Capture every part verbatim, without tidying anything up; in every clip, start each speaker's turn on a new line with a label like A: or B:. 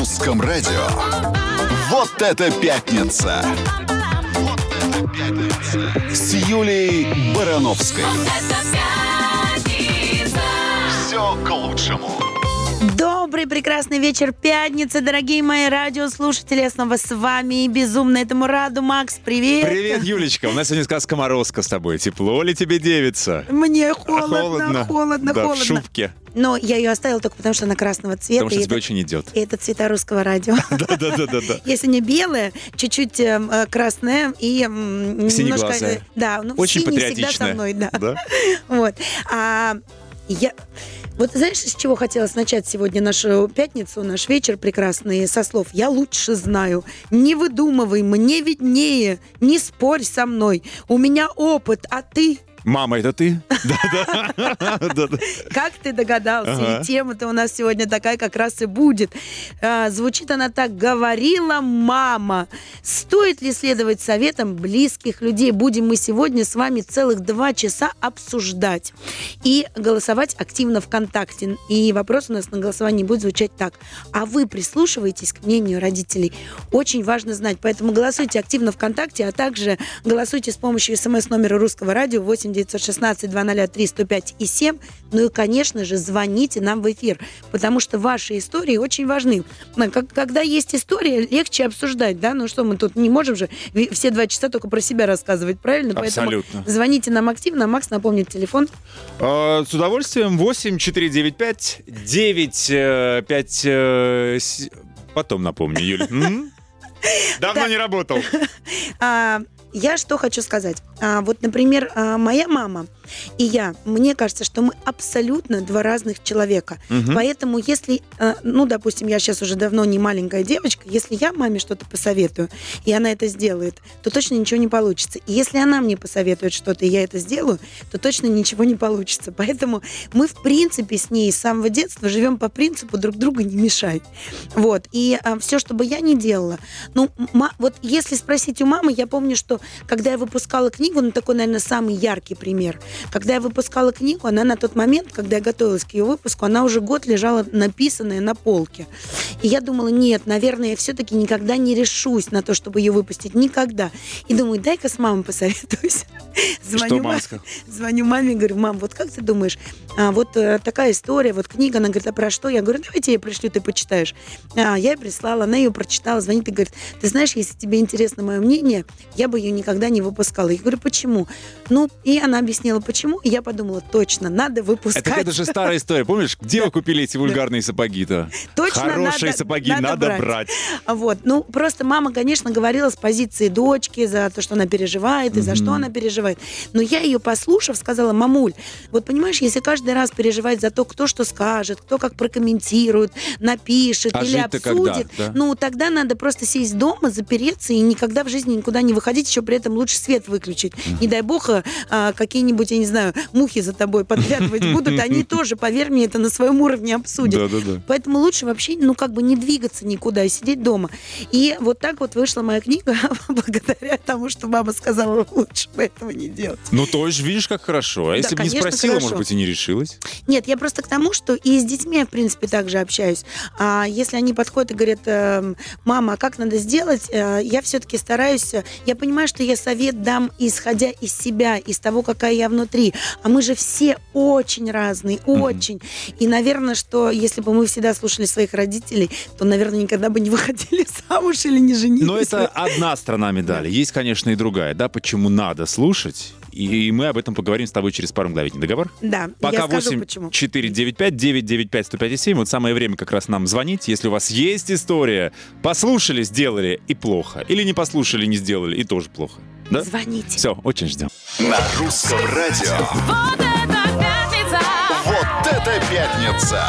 A: русском радио. Вот это пятница! Вот это пятница! С Юлией Барановской. Все к лучшему.
B: Добрый, прекрасный вечер пятницы, дорогие мои радиослушатели. Я снова с вами и безумно этому раду. Макс, привет.
C: Привет, Юлечка. У нас сегодня сказка Морозко с тобой. Тепло ли тебе, девица?
B: Мне холодно,
C: холодно,
B: холодно,
C: да,
B: холодно.
C: в шубке.
B: Но я ее оставила только потому, что она красного цвета.
C: Потому что
B: и
C: тебе
B: это,
C: очень идет.
B: И это цвета русского радио.
C: Да-да-да.
B: Если не белая, чуть-чуть э, красная и э, немножко...
C: Синеглазая.
B: Да, ну
C: Очень
B: синий всегда
C: патриотичная.
B: со мной, да.
C: Да?
B: Вот. А я... Вот знаешь, с чего хотелось начать сегодня нашу пятницу, наш вечер прекрасный, со слов «Я лучше знаю». Не выдумывай, мне виднее, не спорь со мной. У меня опыт, а ты...
C: Мама, это ты? Да-да.
B: Как ты догадался?
C: Ага.
B: И тема-то у нас сегодня такая как раз и будет. А, звучит она так: говорила мама. Стоит ли следовать советам близких людей? Будем мы сегодня с вами целых два часа обсуждать и голосовать активно ВКонтакте. И вопрос у нас на голосовании будет звучать так: а вы прислушиваетесь к мнению родителей? Очень важно знать. Поэтому голосуйте активно ВКонтакте, а также голосуйте с помощью смс-номера русского радио восемь девятьсот шестнадцать двести три сто пять и семь. Ну и, конечно же, звоните нам в эфир, потому что ваши истории очень важны. Когда есть история, легче обсуждать, да? Ну что, мы тут не можем же все два часа только про себя рассказывать, правильно?
C: Абсолютно.
B: Поэтому звоните нам активно. Макс напомнит телефон.
C: А, с удовольствием. восемь четыре девять пять девять пять... Потом напомню, Юля. М? Давно
B: Да.
C: не работал.
B: А, Я что хочу сказать. А, вот, например, а, моя мама и я, мне кажется, что мы абсолютно два разных человека.
C: Мгм.
B: Поэтому если, а, ну, допустим, я сейчас уже давно не маленькая девочка, если я маме что-то посоветую, и она это сделает, то точно ничего не получится. И если она мне посоветует что-то, и я это сделаю, то точно ничего не получится. Поэтому мы, в принципе, с ней с самого детства живем по принципу «друг друга не мешай». Вот. И а, все, что бы я ни делала, ну, ма- вот если спросить у мамы, я помню, что когда я выпускала книгу, ну, такой, наверное, самый яркий пример. Когда я выпускала книгу, она на тот момент, когда я готовилась к ее выпуску, она уже год лежала написанная на полке. И я думала, нет, наверное, я все-таки никогда не решусь на то, чтобы ее выпустить. Никогда. И думаю, дай-ка с мамой посоветуюсь. Звоню,
C: Что мама
B: ма-
C: сказала?
B: звоню маме и говорю: мам, вот как ты думаешь, а, вот э, такая история, вот книга, она говорит, а про что? Я говорю, давайте я пришлю, ты почитаешь. А, я ей прислала, она ее прочитала, звонит и говорит, ты знаешь, если тебе интересно мое мнение, я бы ее никогда не выпускала. Я говорю, почему? Ну, и она объяснила, почему, и я подумала, точно, надо выпускать.
C: Это, это же старая история. Помнишь, где вы купили эти вульгарные сапоги-то?
B: Точно
C: Хорошие
B: надо-
C: сапоги
B: надо
C: надо,
B: брать.
C: брать.
B: Вот. Ну, просто мама, конечно, говорила с позиции дочки за то, что она переживает и за что она переживает. Но я ее, послушав, сказала, мамуль, вот понимаешь, если каждый раз переживать за то, кто что скажет, кто как прокомментирует, напишет
C: А
B: или
C: жить-то
B: обсудит,
C: когда, да?
B: ну, тогда надо просто сесть дома, запереться и никогда в жизни никуда не выходить, еще при этом лучше свет выключить. Не дай бог, а, какие-нибудь, я не знаю, мухи за тобой подглядывать будут, они тоже, поверь мне, это на своем уровне обсудят.
C: Да-да-да.
B: Поэтому лучше вообще, ну, как бы не двигаться никуда и сидеть дома. И вот так вот вышла моя книга благодаря тому, что мама сказала, лучше бы этого не делать.
C: Ну, тоже видишь, как хорошо. А если бы не
B: конечно,
C: спросила,
B: хорошо.
C: может быть, и не решилась?
B: Нет, я просто к тому, что и с детьми я, в принципе, также общаюсь. А если они подходят и говорят, эм, мама, а как надо сделать, э, я все-таки стараюсь, э, я понимаю, что я совет дам, исходя из себя, из того, какая я внутри. А мы же все очень разные, очень. И, наверное, что если бы мы всегда слушали своих родителей, то, наверное, никогда бы не выходили замуж или не женились.
C: Но это одна сторона медали. Есть, конечно, и другая, да, почему надо слушать. И мы об этом поговорим с тобой через пару мгновений. Договор?
B: Да,
C: Пока
B: я скажу,
C: восемь
B: почему.
C: четыре девять пять девять девять пять сто пять семь. Вот самое время как раз нам звонить. Если у вас есть история, послушали, сделали и плохо. Или не послушали, не сделали и тоже плохо. Да?
B: Звоните.
C: Все, очень ждем.
A: На русском радио.
D: Вот это пятница!
A: Вот это пятница!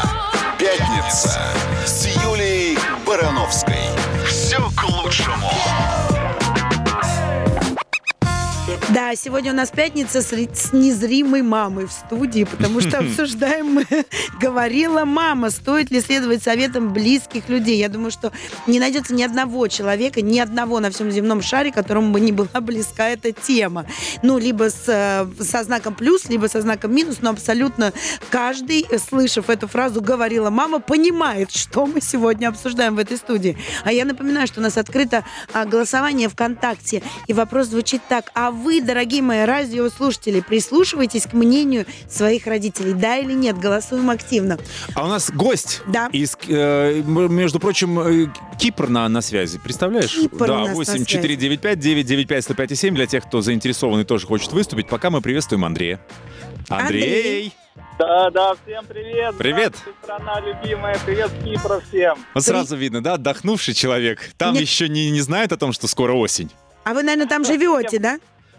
A: Пятница с Юлией Барановской. Все к лучшему.
B: Да, сегодня у нас пятница с, ри- с незримой мамой в студии, потому что обсуждаем мы «Говорила мама», стоит ли следовать советам близких людей. Я думаю, что не найдется ни одного человека, ни одного на всем земном шаре, которому бы не была близка эта тема. Ну, либо с, со знаком плюс, либо со знаком минус, но абсолютно каждый, слышав эту фразу «Говорила мама», понимает, что мы сегодня обсуждаем в этой студии. А я напоминаю, что у нас открыто а, голосование ВКонтакте, и вопрос звучит так: а вы, дорогие мои радиослушатели, прислушиваетесь к мнению своих родителей, да или нет? Голосуем активно.
C: А у нас гость.
B: Да.
C: Из, э, между прочим, э, Кипр на, на связи. Представляешь?
B: Кипр
C: да,
B: у нас на
C: восемь четыре девять пять девять девять пять сто пять и семь для тех, кто заинтересован и тоже хочет выступить. Пока мы приветствуем Андрея. Андрей!
B: Андрей.
E: Да, да, всем привет.
C: Привет.
E: Здравствуйте, страна любимая. Привет с Кипра всем.
C: Вот сразу видно, да, отдохнувший человек. Там
B: Нет.
C: еще не, не знает о том, что скоро осень.
B: А вы, наверное, там живете, да?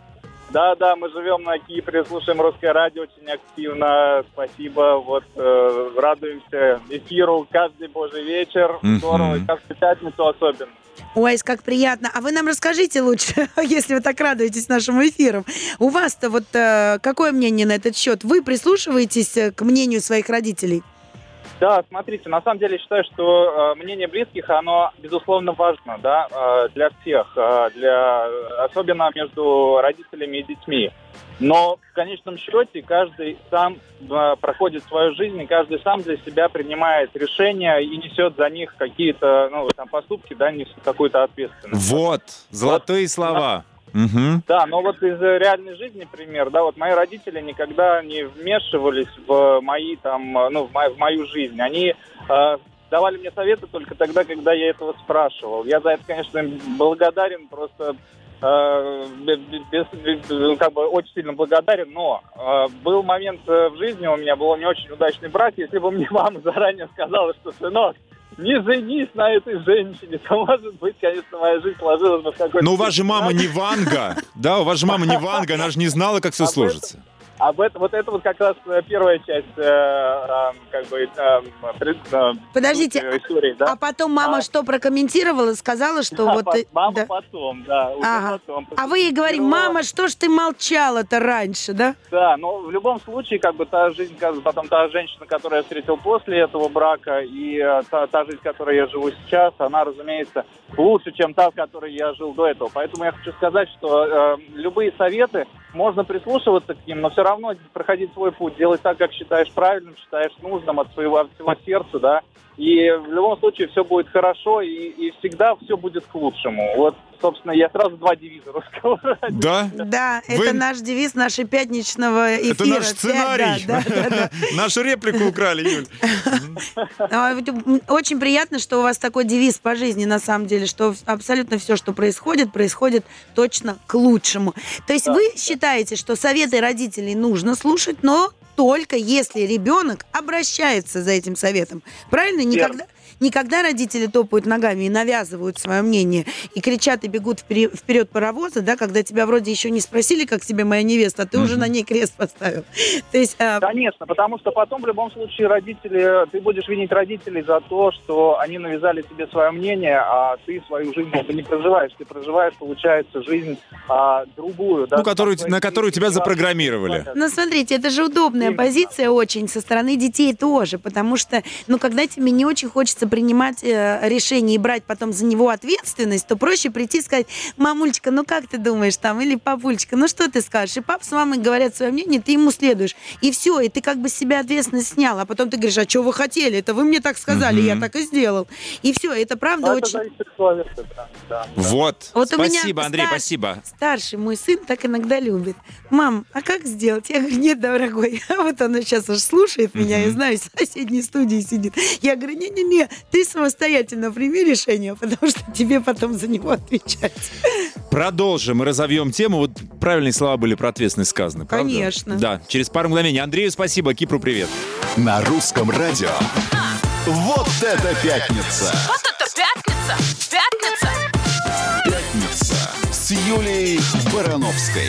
E: Да, да, мы живем на Кипре, слушаем русское радио очень активно. Спасибо. Вот э, радуемся эфиру каждый божий вечер.
C: Мгм.
E: Здорово. И каждую пятницу особенно.
B: Ой, как приятно. А вы нам расскажите лучше, если вы так радуетесь нашему эфиру. У вас-то вот э, какое мнение на этот счет? Вы прислушиваетесь э, к мнению своих родителей?
E: Да, смотрите, на самом деле я считаю, что э, мнение близких, оно, безусловно, важно, да, э, для всех, э, для, особенно между родителями и детьми. Но в конечном счете каждый сам э, проходит свою жизнь, и каждый сам для себя принимает решения и несет за них какие-то, ну, там, поступки, да, несет какую-то ответственность.
C: Вот, золотые слова. Мгм.
E: Да, но вот из э, реальной жизни пример, да, вот мои родители никогда не вмешивались в мои там, э, ну, в, мо- в мою жизнь. Они э, давали мне советы только тогда, когда я этого спрашивал. Я за это, конечно, им благодарен, просто э, без, без- без- как бы очень сильно благодарен, но э, был момент э, в жизни у меня, был не очень удачный брак. Если бы мне мама заранее сказала, что, сынок, не женись на этой женщине, то, может быть, конечно, моя жизнь сложилась бы в какой-то...
C: Но у вас же мама не Ванга, да, у вас же мама не Ванга, она же не знала, как все
E: Об этом-
C: сложится.
E: Об этом, вот это вот как раз э, первая часть, э, э, как бы, э, пред- э,
B: Подождите,
E: суть, э, истории, да?
B: А потом мама
E: А.
B: что прокомментировала? Сказала, что
E: А
B: вот...
E: по-
B: э,
E: мама
B: да?
E: потом, да, уже
B: Ага.
E: потом.
B: А вы ей говорите: мама, что ж ты молчала-то раньше, да?
E: Да, но в любом случае, как бы та жизнь, как бы, потом та женщина, которую я встретил после этого брака, и э, та, та жизнь, в которой я живу сейчас, она, разумеется, лучше, чем та, в которой я жил до этого. Поэтому я хочу сказать, что э, любые советы, можно прислушиваться к ним, но все равно проходить свой путь, делать так, как считаешь правильным, считаешь нужным от своего, от всего сердца, да. И в любом случае все будет хорошо, и, и всегда все будет к лучшему. Вот, собственно, я сразу два девиза русского радио.
C: Да?
B: Да,
C: Вы-
B: это наш девиз нашего пятничного эфира.
C: Это наш
B: Пять-
C: сценарий.
B: да, да, да,
C: Нашу реплику украли, Юль.
B: да. А, вот, м, Очень приятно, что у вас такой девиз по жизни, на самом деле, что абсолютно все, что происходит, происходит точно к лучшему. То есть
E: Да,
B: вы
E: да.
B: считаете, что советы родителей нужно слушать, но только если ребенок обращается за этим советом. Правильно? Никогда, никогда родители топают ногами и навязывают свое мнение, и кричат и бегут впере- вперед паровоза, да, когда тебя вроде еще не спросили, как тебе моя невеста, а ты уже
C: Мгм.
B: на ней крест поставил. То есть, а,
E: Конечно, потому что потом в любом случае родители, ты будешь винить родителей за то, что они навязали тебе свое мнение, а ты свою жизнь как бы не проживаешь. Ты проживаешь, получается, жизнь а, другую. Да,
C: Ну, которую,
E: Там
C: на
E: свои
C: которую тебя
E: какие-то
C: запрограммировали.
E: разные
B: ну, смотрите, это же удобная
E: Именно.
B: позиция очень со стороны детей тоже, потому что, ну, когда тебе не очень хочется принимать э, решение и брать потом за него ответственность, то проще прийти и сказать: мамульчика, ну как ты думаешь там, или папульчика, ну что ты скажешь? И папа с мамой говорят свое мнение, ты ему следуешь. И все, и ты как бы с себя ответственность снял, а потом ты говоришь: а что вы хотели? Это вы мне так сказали,
C: Мгм.
B: я так и сделал. И все, это правда
E: Ну, это
B: очень...
E: зависит от человека, да, да, да.
C: Вот.
B: Вот у меня
C: Спасибо, Андрей,
B: старш-
C: спасибо.
B: Старший мой сын так иногда любит. Мам, а как сделать? Я говорю: нет, дорогой. А вот он сейчас уж слушает меня, я
C: Мгм.
B: знаю, в соседней студии сидит. Я говорю: не-не-не, ты самостоятельно прими решение, потому что тебе потом за него отвечать.
C: Продолжим и разовьем тему. Вот правильные слова были про ответственность сказаны, правда?
B: Конечно.
C: Да, через пару мгновений. Андрею спасибо, Кипру привет.
A: На русском радио. Вот это пятница!
D: Вот это пятница! Пятница!
A: Пятница с Юлией Барановской.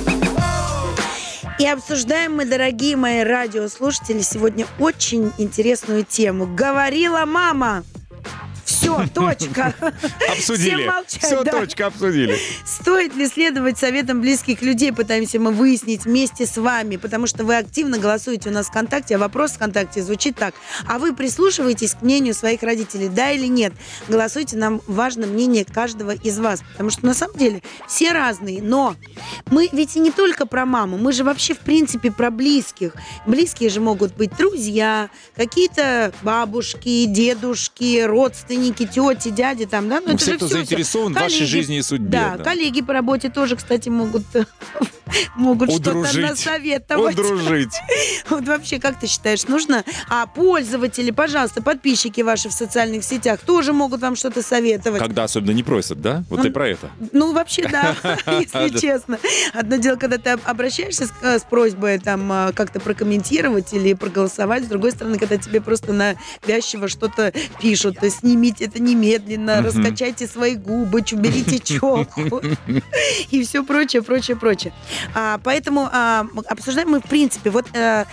B: И обсуждаем мы, дорогие мои радиослушатели, сегодня очень интересную тему. Говорила мама. Все, точка.
C: Обсудили.
B: Всем молчать,
C: Все,
B: да.
C: точка, обсудили.
B: Стоит ли следовать советам близких людей, пытаемся мы выяснить вместе с вами, потому что вы активно голосуете у нас ВКонтакте, а вопрос ВКонтакте звучит так. А вы прислушиваетесь к мнению своих родителей, да или нет? Голосуйте, нам важно мнение каждого из вас, потому что на самом деле все разные, но мы ведь и не только про маму, мы же вообще в принципе про близких. Близкие же могут быть друзья, какие-то бабушки, дедушки, родственники, тети, дяди, там, да?
C: Ну, все, кто заинтересован в вашей жизни и судьбе.
B: Да,
C: да.
B: коллеги по работе тоже, кстати, могут, могут что-то
C: Удружить.
B: насоветовать.
C: Удружить.
B: Вот вообще, как ты считаешь, нужно? А пользователи, пожалуйста, подписчики ваши в социальных сетях тоже могут вам что-то советовать.
C: Когда особенно не просят, да? Вот
B: Ну,
C: ты про это.
B: Ну, вообще, да, если
C: Да.
B: честно. Одно дело, когда ты обращаешься с, с просьбой там а, как-то прокомментировать или проголосовать. С другой стороны, когда тебе просто навязчиво что-то пишут. То есть снимите это немедленно,
C: Мгм.
B: раскачайте свои губы, ч- уберите челку и все прочее, прочее, прочее. А, Поэтому а, обсуждаем мы, в принципе, вот э,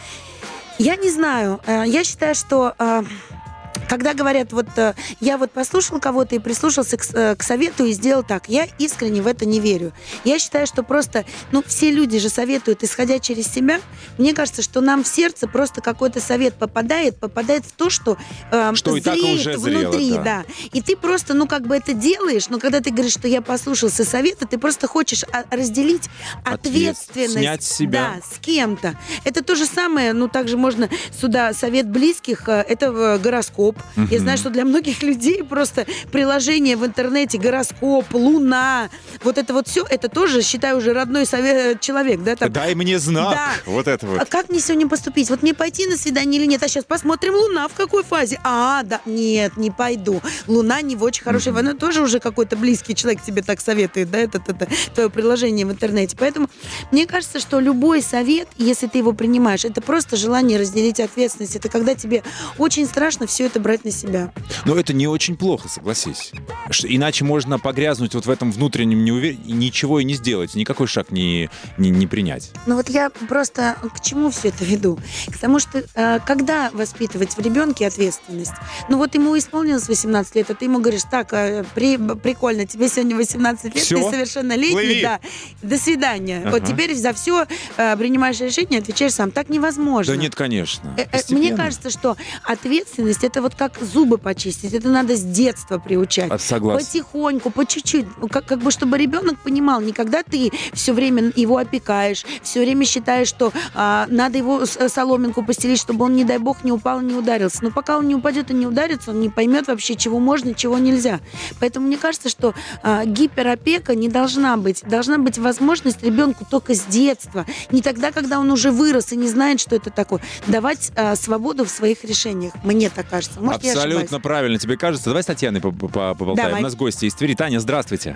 B: я не знаю, э, я считаю, что э, когда говорят, вот э, я вот послушал кого-то и прислушался к, с- э, к совету и сделал так, я искренне в это не верю. Я считаю, что просто, ну, все люди же советуют, исходя через себя. Мне кажется, что нам в сердце просто какой-то совет попадает, попадает в то, что, э,
C: Что и так
B: зреет
C: уже зрело,
B: внутри,
C: да.
B: да. И ты просто, ну, как бы это делаешь, но когда ты говоришь, что я послушался совета, ты просто хочешь а, разделить
C: Ответ-
B: ответственность.
C: снять с себя.
B: Да, с кем-то. Это то же самое, ну, также можно сюда совет близких, э, это э, гороскоп. Я
C: Мгм.
B: знаю, что для многих людей просто приложение в интернете, гороскоп, луна, вот это вот все, это тоже, считаю, уже родной совет, человек, да, там.
C: Дай мне знак.
B: Да.
C: Вот это
B: А
C: вот.
B: как мне сегодня поступить? Вот мне пойти на свидание или нет? А сейчас посмотрим, Луна в какой фазе. А, да, нет, не пойду. Луна не в очень хорошей фазе. Она тоже уже какой-то близкий человек тебе так советует, да, это, это твое приложение в интернете. Поэтому мне кажется, что любой совет, если ты его принимаешь, это просто желание разделить ответственность. Это когда тебе очень страшно все это брать на себя.
C: Но это не очень плохо, согласись. Ш- Иначе можно погрязнуть вот в этом внутреннем неуверенности и ничего и не сделать, никакой шаг не, не, не принять.
B: Ну вот я просто к чему все это веду? К тому, что э, когда воспитывать в ребенке ответственность? Ну вот ему исполнилось восемнадцать лет, а ты ему говоришь, так, э, при, прикольно, тебе сегодня восемнадцать лет,
C: Всё?
B: ты совершеннолетний,
C: Плыви.
B: да, до свидания.
C: Ага.
B: Вот теперь за все э, принимаешь решение, отвечаешь сам. Так невозможно.
C: Да нет, конечно.
B: Э, э,
C: Постепенно.
B: Мне кажется, что ответственность это вот как зубы почистить, это надо с детства приучать.
C: А, согласен.
B: Потихоньку, по чуть-чуть, ну, как, как бы чтобы ребенок понимал, не когда ты все время его опекаешь, все время считаешь, что а, надо его с- соломинку постелить, чтобы он, не дай бог, не упал и не ударился. Но пока он не упадет и не ударится, он не поймет вообще, чего можно, чего нельзя. Поэтому мне кажется, что а, гиперопека не должна быть. Должна быть возможность ребенку только с детства. Не тогда, когда он уже вырос и не знает, что это такое. Давать а, свободу в своих решениях. Мне так кажется. Может, я ошибаюсь.
C: Абсолютно правильно тебе кажется. Давай с Татьяной по- по- поболтаем.
B: Давай.
C: У нас гости из Твери. Таня, здравствуйте.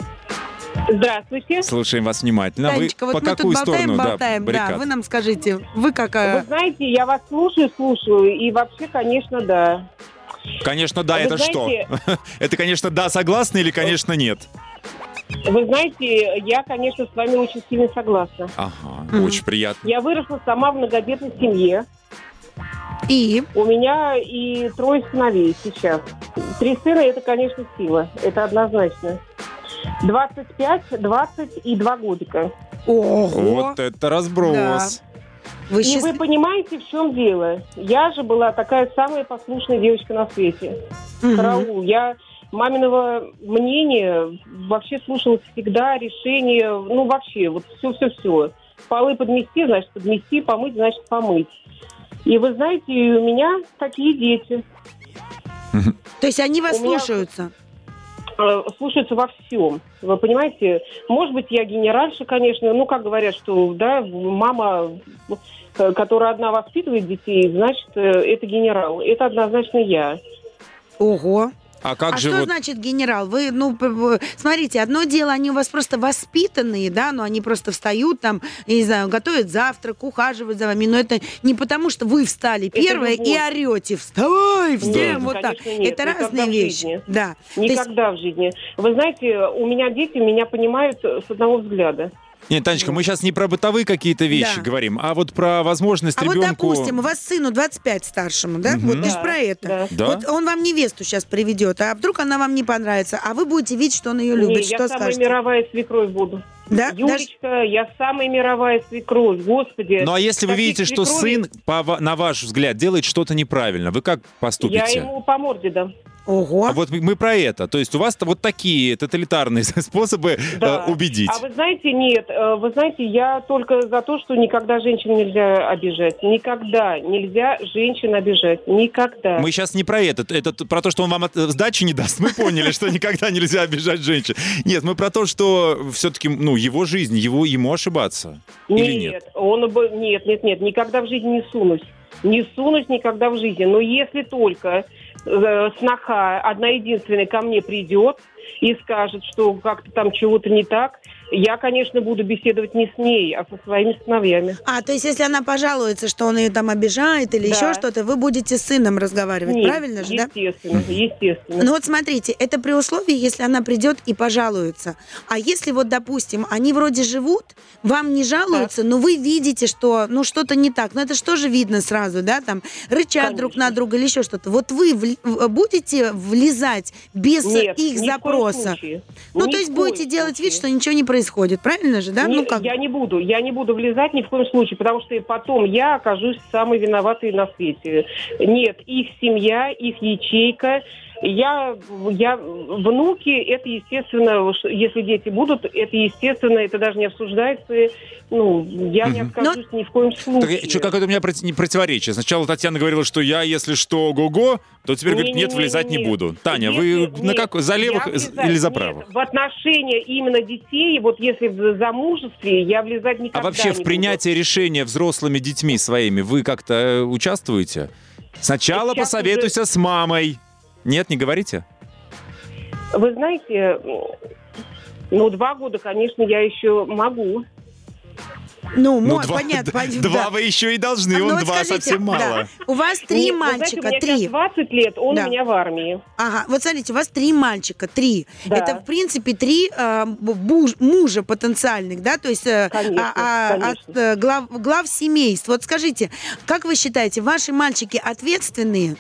F: Здравствуйте.
C: Слушаем вас внимательно.
B: Танечка,
C: Вы
B: вот
C: по
B: мы
C: какую
B: тут болтаем,
C: сторону?
B: болтаем.
C: Да,
B: Да,
C: баррикад?
B: вы нам скажите, вы как... а,
F: Вы знаете, я вас слушаю, слушаю, и вообще, конечно, да.
C: Конечно, да,
F: Вы
C: это
F: знаете-
C: что? Это, конечно, да, согласны или, конечно, нет?
F: Вы знаете, я, конечно, с вами очень сильно согласна.
C: Ага,
B: Мгм.
C: очень приятно.
F: Я выросла сама в многодетной семье.
B: И?
F: У меня и трое сыновей сейчас. Три сына – это, конечно, сила. Это однозначно. двадцать пять, двадцать и два годика.
B: Ого!
C: Вот это разброс.
B: Вы
F: И
B: счаст-
F: вы понимаете, в чем дело? Я же была такая самая послушная девочка на свете.
B: Мгм.
F: Караул. Я маминого мнения вообще слушалась всегда, решения, ну вообще, вот все-все-все. Полы подмести, значит подмести, помыть, значит помыть. И вы знаете, у меня такие дети.
B: То есть они вас
F: У меня-
B: слушаются?
F: Э, слушаются во всем. Вы понимаете? Может быть, я генеральша, конечно. Ну, как говорят, что, да, мама, э, которая одна воспитывает детей, значит, э, это генерал. Это однозначно я.
B: Ого!
C: А как
B: а
C: же
B: что
C: вот...
B: значит генерал? Вы, ну, п- п- смотрите, одно дело, они у вас просто воспитанные, да, но они просто встают там, я не знаю, готовят завтрак, ухаживают за вами, но это не потому, что вы встали первое
F: любовь.
B: и орете, вставай, всем,
F: Нет,
B: вот так.
F: конечно, нет,
B: Это
F: никогда
B: разные
F: в
B: вещи.
F: жизни.
B: Да. То есть-
F: Никогда в жизни. Вы знаете, у меня дети меня понимают с одного взгляда.
C: Нет, Танечка, мы сейчас не про бытовые какие-то вещи
B: Да.
C: говорим, а вот про возможность
B: А
C: ребенку...
B: вот, допустим, у вас сыну двадцать пять старшему, да?
C: Мгм.
B: Вот ты ж
F: Да,
B: про это.
F: да.
C: Да.
B: Вот он вам невесту сейчас приведет, а вдруг она вам не понравится, а вы будете видеть, что он ее
F: Не,
B: любит.
F: я
B: Что
F: самая
B: скажете?
F: мировая свекровь буду.
B: Да? Даже-
F: Юлечка, я самая мировая свекровь, господи.
C: Ну а если вы
F: Таких
C: видите, что
F: свекровей
C: сын, по ва- на ваш взгляд, делает что-то неправильно, вы как поступите?
F: Я ему по морде дам.
B: Ого.
C: А вот мы про это. То есть у вас вот такие тоталитарные способы
F: Да.
C: э, убедить.
F: А вы знаете, нет, э, вы знаете, я только за то, что никогда женщин нельзя обижать. Никогда нельзя женщин обижать. Никогда.
C: Мы сейчас не про это. Это т- про то, что он вам от- сдачи не даст. Мы поняли, что никогда нельзя обижать женщин. Нет, мы про то, что все-таки, ну, его жизнь, его, ему ошибаться. Или нет?
F: он бы... Нет, нет, нет, никогда в жизни не сунусь. Не сунусь никогда в жизни. Но если только э, сноха одна единственная ко мне придет и скажет, что как-то там чего-то не так, я, конечно, буду беседовать не с ней, а со своими сыновьями.
B: А, то есть если она пожалуется, что он ее там обижает или
F: Да.
B: еще что-то, вы будете с сыном разговаривать,
F: Нет,
B: правильно же, да?
F: естественно, естественно.
B: Ну вот смотрите, это при условии, если она придет и пожалуется. А если вот, допустим, они вроде живут, вам не жалуются, но вы видите, что ну что-то не так. Ну это что же видно сразу, да, там рычат
F: Конечно.
B: друг на друга или еще что-то. Вот вы вли- в- будете влезать без
F: Нет,
B: их
F: ни в коем
B: запроса?
F: случае.
B: Ну
F: Ни
B: то
F: в
B: есть
F: коем
B: будете делать вид,
F: случае.
B: что ничего не происходит, правильно же, да?
F: Не-
B: ну как?
F: Я не буду, я не буду влезать ни в коем случае, потому что и потом я окажусь самой виноватой на свете. Нет, их семья, их ячейка. Я, я, внуки, это естественно, ш- если дети будут, это естественно, это даже не обсуждается. Ну, я не откажусь ни в коем
C: Так,
F: случае.
C: э, чё, какое-то у меня проти- не- противоречие. Сначала Татьяна говорила, что я, если что, ого-го, то теперь говорит, нет,
F: Не-не-не-не-не.
C: влезать не буду. Таня,
F: Если-
C: вы на
F: нет,
C: как, за левых
F: я
C: из-
F: влезать-
C: или за
F: нет,
C: правых?
F: в отношения именно детей, вот если в замужестве, я влезать
C: А
F: никогда
C: вообще
F: не
C: в
F: буду.
C: принятии решения взрослыми детьми своими вы как-то э, участвуете? Сначала
F: Сейчас
C: посоветуйся с мамой. Нет, не говорите?
F: Вы знаете, ну, два года, конечно, я еще могу.
B: Ну,
C: Ну,
B: мо-
C: два,
B: понятно,
C: д-
B: понятно,
C: два
B: да.
C: вы еще и должны,
B: А, ну
C: он
B: вот
C: два
B: скажите,
C: совсем мало.
B: да, у вас три
F: Нет, вы знаете,
B: мальчика,
F: у меня
B: три.
F: сейчас двадцать лет, он
B: Да.
F: у меня в армии.
B: Ага, вот смотрите, у вас три мальчика, три.
F: Да.
B: Это, в принципе, три э, буж- мужа потенциальных, да, то есть э,
F: Конечно,
B: а- а-
F: конечно.
B: от э, глав, глав семейств. Вот скажите, как вы считаете, ваши мальчики ответственные?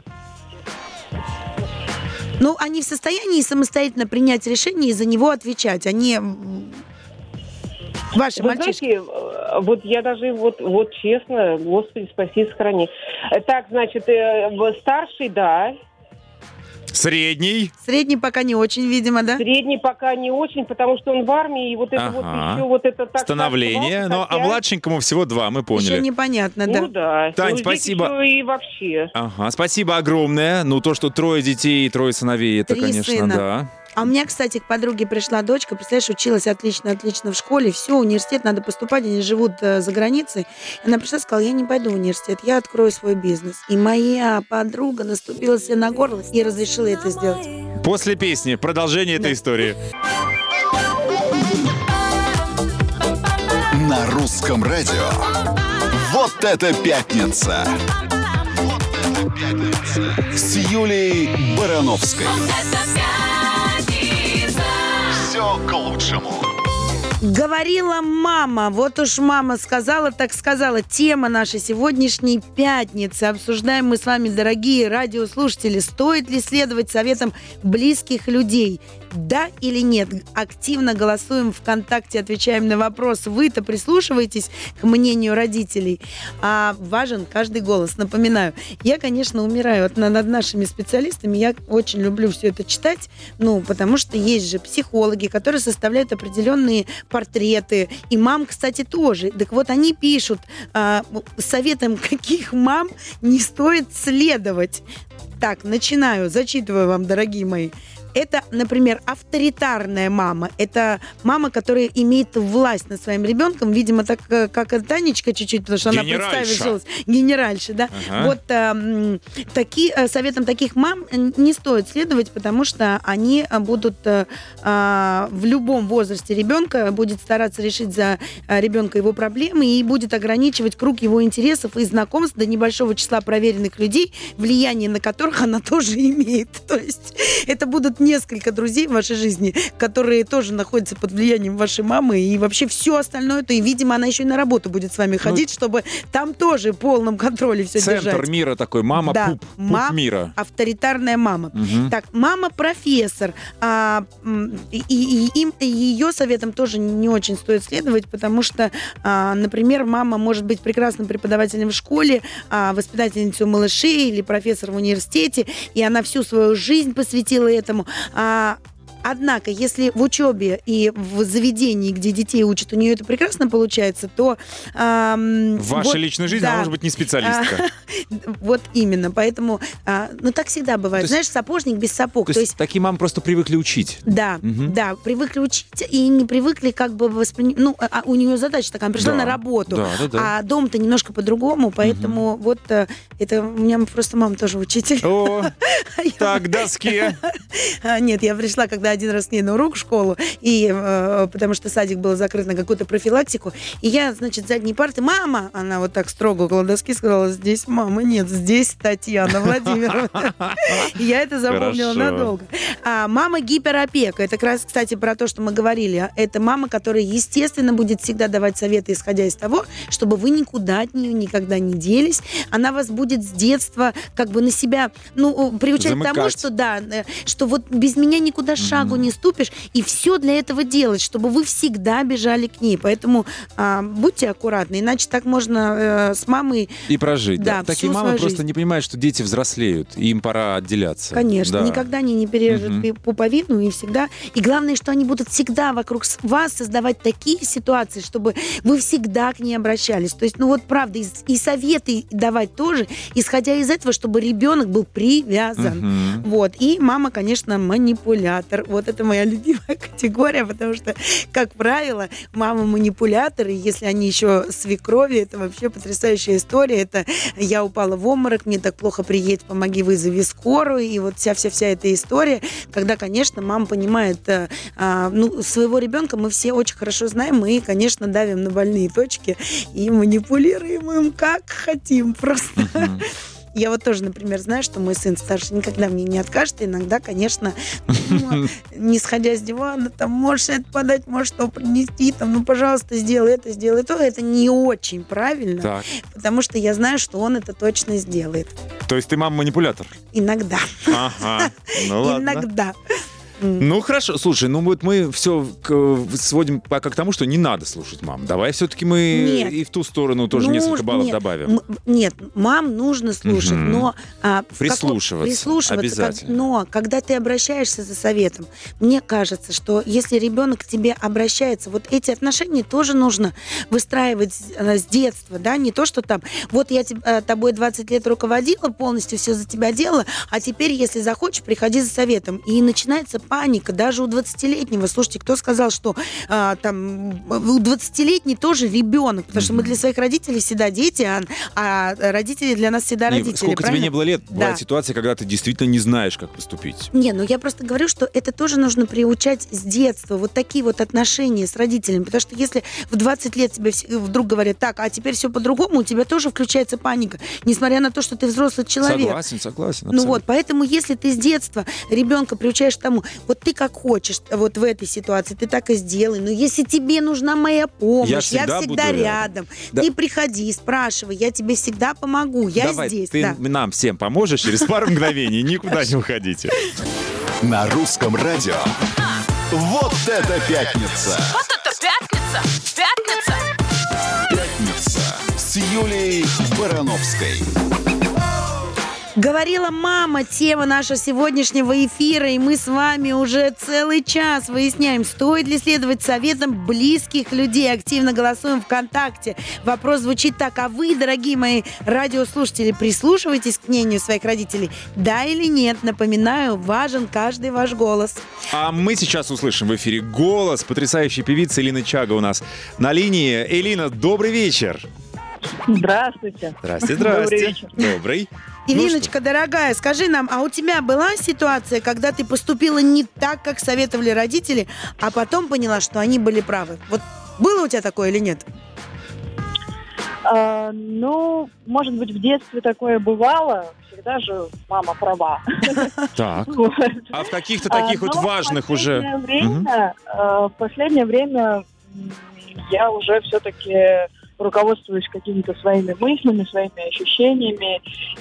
B: Ну, они в состоянии самостоятельно принять решение и за него отвечать. Они м, ваши
F: Вы
B: мальчишки.
F: знаете, э, вот я даже, вот, вот честно, Господи, спаси и сохрани. Э, Так, значит, э, в- старший, да,
C: Средний.
B: Средний пока не очень, видимо, да?
F: средний пока не очень, потому что он в армии, и вот это вот
C: Ага.
F: еще вот это так...
C: Становление.
F: так,
C: Ну, а
F: хотя-
C: младшенькому всего два, мы
B: Еще
C: поняли.
B: непонятно, да.
F: Ну да.
C: Тань,
F: Ну, здесь
C: спасибо.
F: еще и вообще.
C: Ага, спасибо огромное. Ну, то, что трое детей и трое сыновей, это,
B: Три
C: конечно,
B: сына.
C: да.
B: А у меня, кстати, к подруге пришла дочка, представляешь, училась отлично-отлично в школе, все, университет, надо поступать, они живут э, за границей. Она пришла и сказала, я не пойду в университет, я открою свой бизнес. И моя подруга наступила себе на горло и разрешила это сделать.
C: После песни продолжение этой
B: Да.
C: истории.
A: На русском радио. Вот это пятница! Вот это пятница! С Юлией Барановской.
D: Это пятница.
A: Все к лучшему.
B: Говорила мама, вот уж мама сказала, так сказала. Тема нашей сегодняшней пятницы. Обсуждаем мы с вами, дорогие радиослушатели, стоит ли следовать советам близких людей. Да или нет? Активно голосуем ВКонтакте, отвечаем на вопрос. Вы-то прислушиваетесь к мнению родителей? А важен каждый голос. Напоминаю, я, конечно, умираю от- над нашими специалистами. Я очень люблю все это читать, ну, потому что есть же психологи, которые составляют определенные портреты. И мам, кстати, тоже. Так вот, они пишут а, советам, каких мам не стоит следовать. Так, начинаю, зачитываю вам, дорогие мои. Это, например, авторитарная мама. Это мама, которая имеет власть над своим ребенком. Видимо, так э, как и Танечка чуть-чуть, потому что она
C: Генеральша.
B: представилась. Генеральша, да.
C: Ага.
B: Вот э, м, таки, э, советам таких мам э, не стоит следовать, потому что они э, будут э, э, в любом возрасте ребенка будет стараться решить за э, ребенка его проблемы и будет ограничивать круг его интересов и знакомств до небольшого числа проверенных людей, влияние на которых она тоже имеет. То есть это будут несколько друзей в вашей жизни, которые тоже находятся под влиянием вашей мамы, и вообще все остальное, то и, видимо, она еще и на работу будет с вами ходить, ну, чтобы там тоже в полном контроле все держать.
C: Центр мира такой, мама
B: да,
C: пуп, пуп
B: мам,
C: мира.
B: Авторитарная мама.
C: Угу.
B: Так, мама профессор. А, и, и, и им, и ее советам тоже не очень стоит следовать, потому что, а, например, мама может быть прекрасным преподавателем в школе, а, воспитательницей малышей или профессор в университете, и она всю свою жизнь посвятила этому. А, Однако, если в учебе и в заведении, где детей учат, у нее это прекрасно получается, то... Эм,
C: в вашей
B: вот,
C: личной жизни
B: да,
C: она может быть не специалистка.
B: Вот именно. Поэтому, а, ну, так всегда бывает.
C: То есть,
B: знаешь, сапожник без сапог.
C: То, то есть, есть такие мамы просто привыкли учить.
B: Да,
C: угу.
B: да, привыкли учить и не привыкли как бы воспринимать... Ну, а у нее задача такая, она пришла
C: да,
B: на работу,
C: да, да, да.
B: а дом-то немножко по-другому, поэтому угу. вот это... У меня просто мама тоже учитель.
C: О, так, доски.
B: Нет, я пришла, когда один раз к ней на урок в школу, и, э, потому что садик был закрыт на какую-то профилактику, и я, значит, с задней парты, мама, она вот так строго около доски сказала, здесь мама, нет, здесь Татьяна Владимировна. И я это запомнила надолго. А мама гиперопека, это как раз, кстати, про то, что мы говорили, это мама, которая, естественно, будет всегда давать советы, исходя из того, чтобы вы никуда от нее никогда не делись, она вас будет с детства как бы на себя, ну, приучать к тому, что, да, что вот без меня никуда шагу не ступишь, и все для этого делать, чтобы вы всегда бежали к ней. Поэтому а, будьте аккуратны, иначе так можно э, с мамой...
C: И прожить, да.
B: да.
C: Такие мамы просто жизнь. не понимают, что дети взрослеют, и им пора отделяться.
B: Конечно,
C: да.
B: никогда они не перережут
C: угу.
B: пуповину, и всегда... И главное, что они будут всегда вокруг вас создавать такие ситуации, чтобы вы всегда к ней обращались. То есть, ну вот правда, и, и советы давать тоже, исходя из этого, чтобы ребенок был привязан.
C: Угу.
B: Вот. И мама, конечно, манипулятор. Вот это моя любимая категория, потому что, как правило, мамы манипуляторы, если они еще свекрови, это вообще потрясающая история. Это я упала в обморок, мне так плохо, приедь, помоги, вызови скорую, и вот вся-вся-вся эта история, когда, конечно, мама понимает, а, ну, своего ребенка мы все очень хорошо знаем, мы, конечно, давим на больные точки и манипулируем им как хотим просто. Uh-huh. Я вот тоже, например, знаю, что мой сын старший никогда мне не откажет. И иногда, конечно, ну, не сходя с дивана, там, можешь это подать, можешь что принести, там, ну, пожалуйста, сделай это, сделай то. Это не очень правильно, так. потому что я знаю, что он это точно сделает.
C: То есть ты мама-манипулятор?
B: Иногда.
C: Ага, ну ладно.
B: Иногда.
C: Ну, хорошо. Слушай, ну вот мы все к, сводим пока к тому, что не надо слушать мам. Давай все-таки мы нет. и в ту сторону тоже ну, несколько баллов
B: нет.
C: добавим.
B: М- нет, мам нужно слушать, угу. но... А,
C: прислушиваться.
B: Прислушиваться.
C: Обязательно.
B: Как, но когда ты обращаешься за советом, мне кажется, что если ребенок к тебе обращается, вот эти отношения тоже нужно выстраивать с, с детства, да, не то, что там, вот я тебе, тобой двадцать лет руководила, полностью все за тебя делала, а теперь, если захочешь, приходи за советом. И начинается паника даже у двадцатилетнего. Слушайте, кто сказал, что а, там у двадцатилетний тоже ребенок, потому mm-hmm. что мы для своих родителей всегда дети, а, а родители для нас всегда
C: не,
B: родители.
C: Сколько
B: правильно?
C: тебе не было лет,
B: да.
C: бывает ситуация, когда ты действительно не знаешь, как поступить.
B: Не, ну я просто говорю, что это тоже нужно приучать с детства, вот такие вот отношения с родителями, потому что если в двадцать лет тебе вдруг говорят, так, а теперь все по-другому, у тебя тоже включается паника, несмотря на то, что ты взрослый человек.
C: Согласен, согласен.
B: Ну вот, поэтому если ты с детства ребенка приучаешь к тому, вот ты как хочешь, вот в этой ситуации, ты так и сделай. Но если тебе нужна моя помощь, я всегда, я всегда рядом. рядом. Да. Ты приходи, спрашивай, я тебе всегда помогу. Я
C: Давай,
B: здесь.
C: Ты
B: да.
C: нам всем поможешь через пару мгновений. Никуда не уходите.
A: На русском радио. Вот это пятница!
D: Вот это пятница! Пятница!
A: Пятница с Юлией Барановской.
B: Говорила мама, тема нашего сегодняшнего эфира, и мы с вами уже целый час выясняем, стоит ли следовать советам близких людей. Активно голосуем ВКонтакте. Вопрос звучит так: а вы, дорогие мои радиослушатели, прислушиваетесь к мнению своих родителей? Да или нет? Напоминаю, важен каждый ваш голос.
C: А мы сейчас услышим в эфире голос потрясающей певицы Элины Чага у нас на линии. Элина, добрый вечер.
F: Здравствуйте.
C: Здрасте, здрасте. Добрый. Добрый.
B: Ириночка, ну дорогая, скажи нам, а у тебя была ситуация, когда ты поступила не так, как советовали родители, а потом поняла, что они были правы? Вот было у тебя такое или нет?
G: А, ну, может быть, в детстве такое бывало. Всегда же мама права.
C: Так.
G: Вот.
C: А в каких-то таких
G: А,
C: вот
G: но
C: важных
G: в последнее
C: уже...
G: время, а, в последнее время м, я уже все-таки руководствуюсь какими-то своими мыслями, своими ощущениями.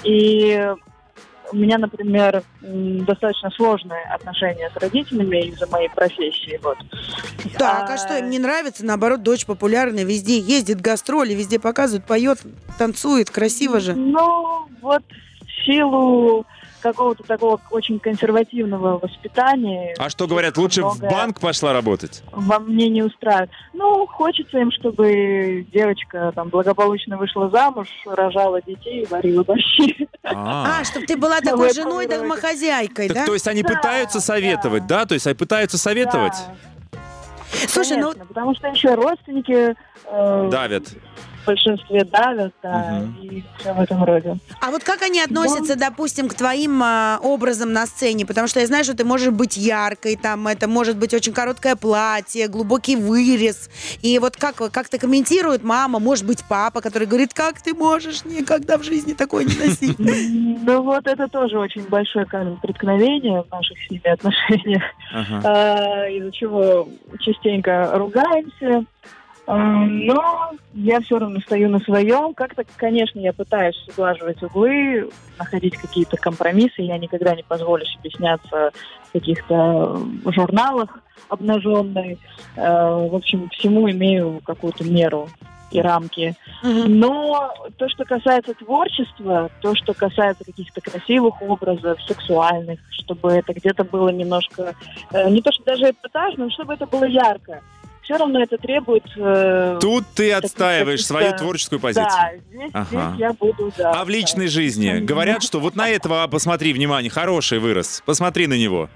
G: И у меня, например, м, достаточно сложные отношения с родителями из-за моей профессии. Вот.
B: Так, а что, им не нравится? Наоборот, дочь популярная, везде ездит, гастроли, везде показывают, поет, танцует, красиво же.
G: Ну, вот в силу какого-то такого очень консервативного воспитания.
C: А что говорят, лучше в
G: многое
C: банк пошла работать?
G: Во мне не устраивает. Ну, хочется им, чтобы девочка там благополучно вышла замуж, рожала детей и варила борщи.
C: А,
B: А, чтобы ты была
G: Ну,
B: такой
G: вы
B: женой,
G: попробуйте.
B: домохозяйкой,
C: так
B: да?
C: то есть они
G: Да,
C: пытаются советовать,
G: да.
C: да? То есть они пытаются советовать?
G: Да,
B: Слушай, ну
G: конечно, потому что еще родственники э,
C: Давят.
G: в большинстве давят, да,
C: Мгм.
G: и все в этом роде.
B: а вот как они относятся, допустим, к твоим а, образам на сцене? Потому что я знаю, что ты можешь быть яркой, там это может быть очень короткое платье, глубокий вырез. И вот как, как ты комментирует мама, может быть папа, который говорит, как ты можешь никогда в жизни такое не носить?
G: Ну вот это тоже очень большое камень преткновения в наших с ними отношениях,
C: Ага.
G: а, из-за чего частенько ругаемся. А, Но я все равно стою на своем. Как-то, конечно, я пытаюсь сглаживать углы, находить какие-то компромиссы. Я никогда не позволю себе сняться в каких-то журналах обнаженной. А, В общем, всему имею какую-то меру и рамки.
B: Мгм.
G: Но то, что касается творчества, то, что касается каких-то красивых образов, сексуальных, чтобы это где-то было немножко, э, не то, что даже эпатажно, но чтобы это было ярко. Все равно это требует... э,
C: Тут ты
G: таких
C: отстаиваешь
G: каких-то-
C: свою творческую позицию.
G: Да, здесь,
C: Ага.
G: здесь я буду, да.
C: А в личной жизни
G: Мгм.
C: говорят, что вот на этого а, посмотри, внимание, хороший вырос. Посмотри на него.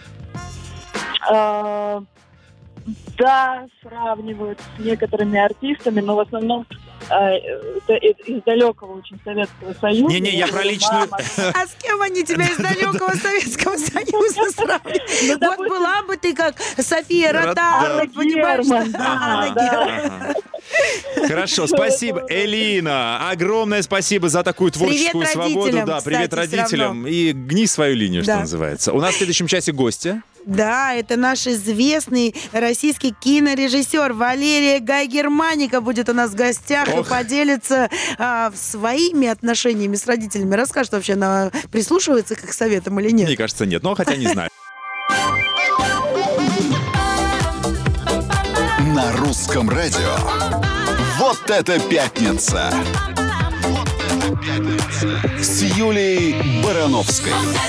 G: Э, Да, сравнивают с некоторыми артистами, но в основном э, это из из далекого очень Советского Союза.
C: Не-не, я про личную-
G: Мама.
B: А с кем они тебя из далекого Советского Союза сравнивают?
G: Ну,
B: Вот
G: допустим,
B: была бы ты как София
C: Ротару,
B: Ротару,
G: Анна
B: понимаешь?
G: Герман,
B: Да,
G: да,
B: Анна
G: да.
B: Герман.
C: Ага. Хорошо, спасибо, Элина. Огромное спасибо за такую творческую
B: Привет
C: свободу.
B: родителям,
C: Да, привет
B: кстати, всё
C: родителям. И гни свою линию, что
B: Да.
C: называется. У нас в следующем часе гости.
B: Да, это наш известный российский кинорежиссер Валерия Гай-Германика будет у нас в гостях и
C: Ох.
B: поделится а, своими отношениями с родителями. Расскажет, вообще она прислушивается к их советам или нет.
C: Мне кажется, нет. Но хотя не знаю.
A: На русском радио. Вот это пятница! Вот это пятница! С Юлией Барановской.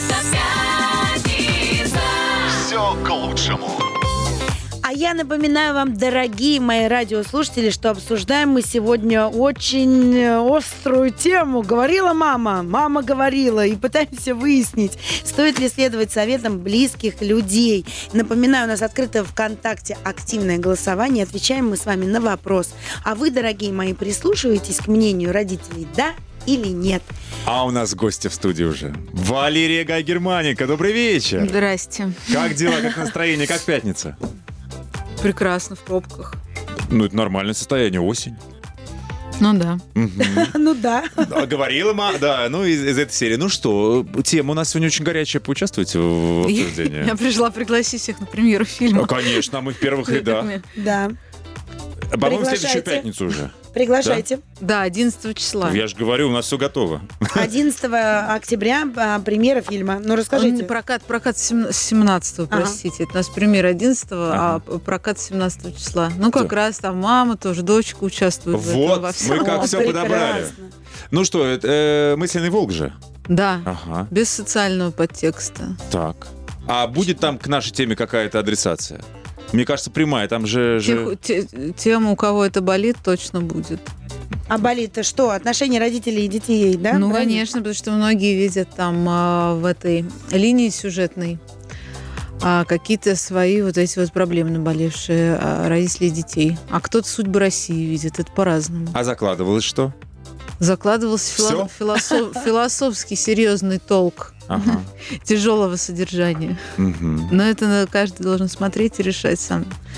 A: Все к лучшему.
B: А я напоминаю вам, дорогие мои радиослушатели, что обсуждаем мы сегодня очень острую тему. Говорила мама, мама говорила, и пытаемся выяснить, стоит ли следовать советам близких людей. Напоминаю, у нас открыто ВКонтакте активное голосование. Отвечаем мы с вами на вопрос. А вы, дорогие мои, прислушиваетесь к мнению родителей, да или нет?
C: А у нас гости в студии уже. Валерия Гай-Германика. Добрый вечер.
H: Здрасте.
C: Как дела, как настроение, как пятница?
H: Прекрасно в пробках.
C: Ну, это нормальное состояние, осень.
H: Ну да.
C: Мгм.
B: Ну да.
C: А, Говорила мама, да, ну из, из этой серии. Ну что, тема у нас сегодня очень горячая, поучаствуйте в обсуждении?
H: Я пришла пригласить всех на премьеру фильма.
C: Ну, конечно, мы в первых рядах.
B: Да.
C: По-моему, в следующую
B: Приглашайте.
C: пятницу уже.
B: Приглашайте.
H: Да, одиннадцатого числа.
C: Я же говорю, у нас все готово.
B: одиннадцатого октября а, премьера фильма. Ну, расскажите.
H: Он Прокат, прокат сем- семнадцатого,
B: Ага.
H: простите. Это у нас премьера одиннадцатого,
C: Ага.
H: а прокат семнадцатого числа. Ну, как
C: Всё.
H: раз там мама тоже, дочка участвует в этом
C: Вот,
H: во всем.
C: мы как
B: О,
C: все подобрали.
B: прекрасно.
C: Ну что, это э, мысленный волк же?
H: Да,
C: Ага,
H: без социального подтекста.
C: так. А будет там к нашей теме какая-то адресация? Мне кажется, прямая, там же... же...
H: Тех- те- Тем, у кого это болит, точно будет.
B: А болит-то что? Отношения родителей и детей, да?
H: Ну,
B: Правильно?
H: конечно, потому что многие видят там а, в этой линии сюжетной а, какие-то свои вот эти вот проблемы наболевшие а, родителей и детей. А кто-то судьбы России видит, это по-разному.
C: А закладывалось что?
H: Закладывался фило- философ- философский серьезный толк
C: Ага.
H: тяжелого содержания.
C: Мгм.
H: Но это на- каждый должен смотреть и решать сам,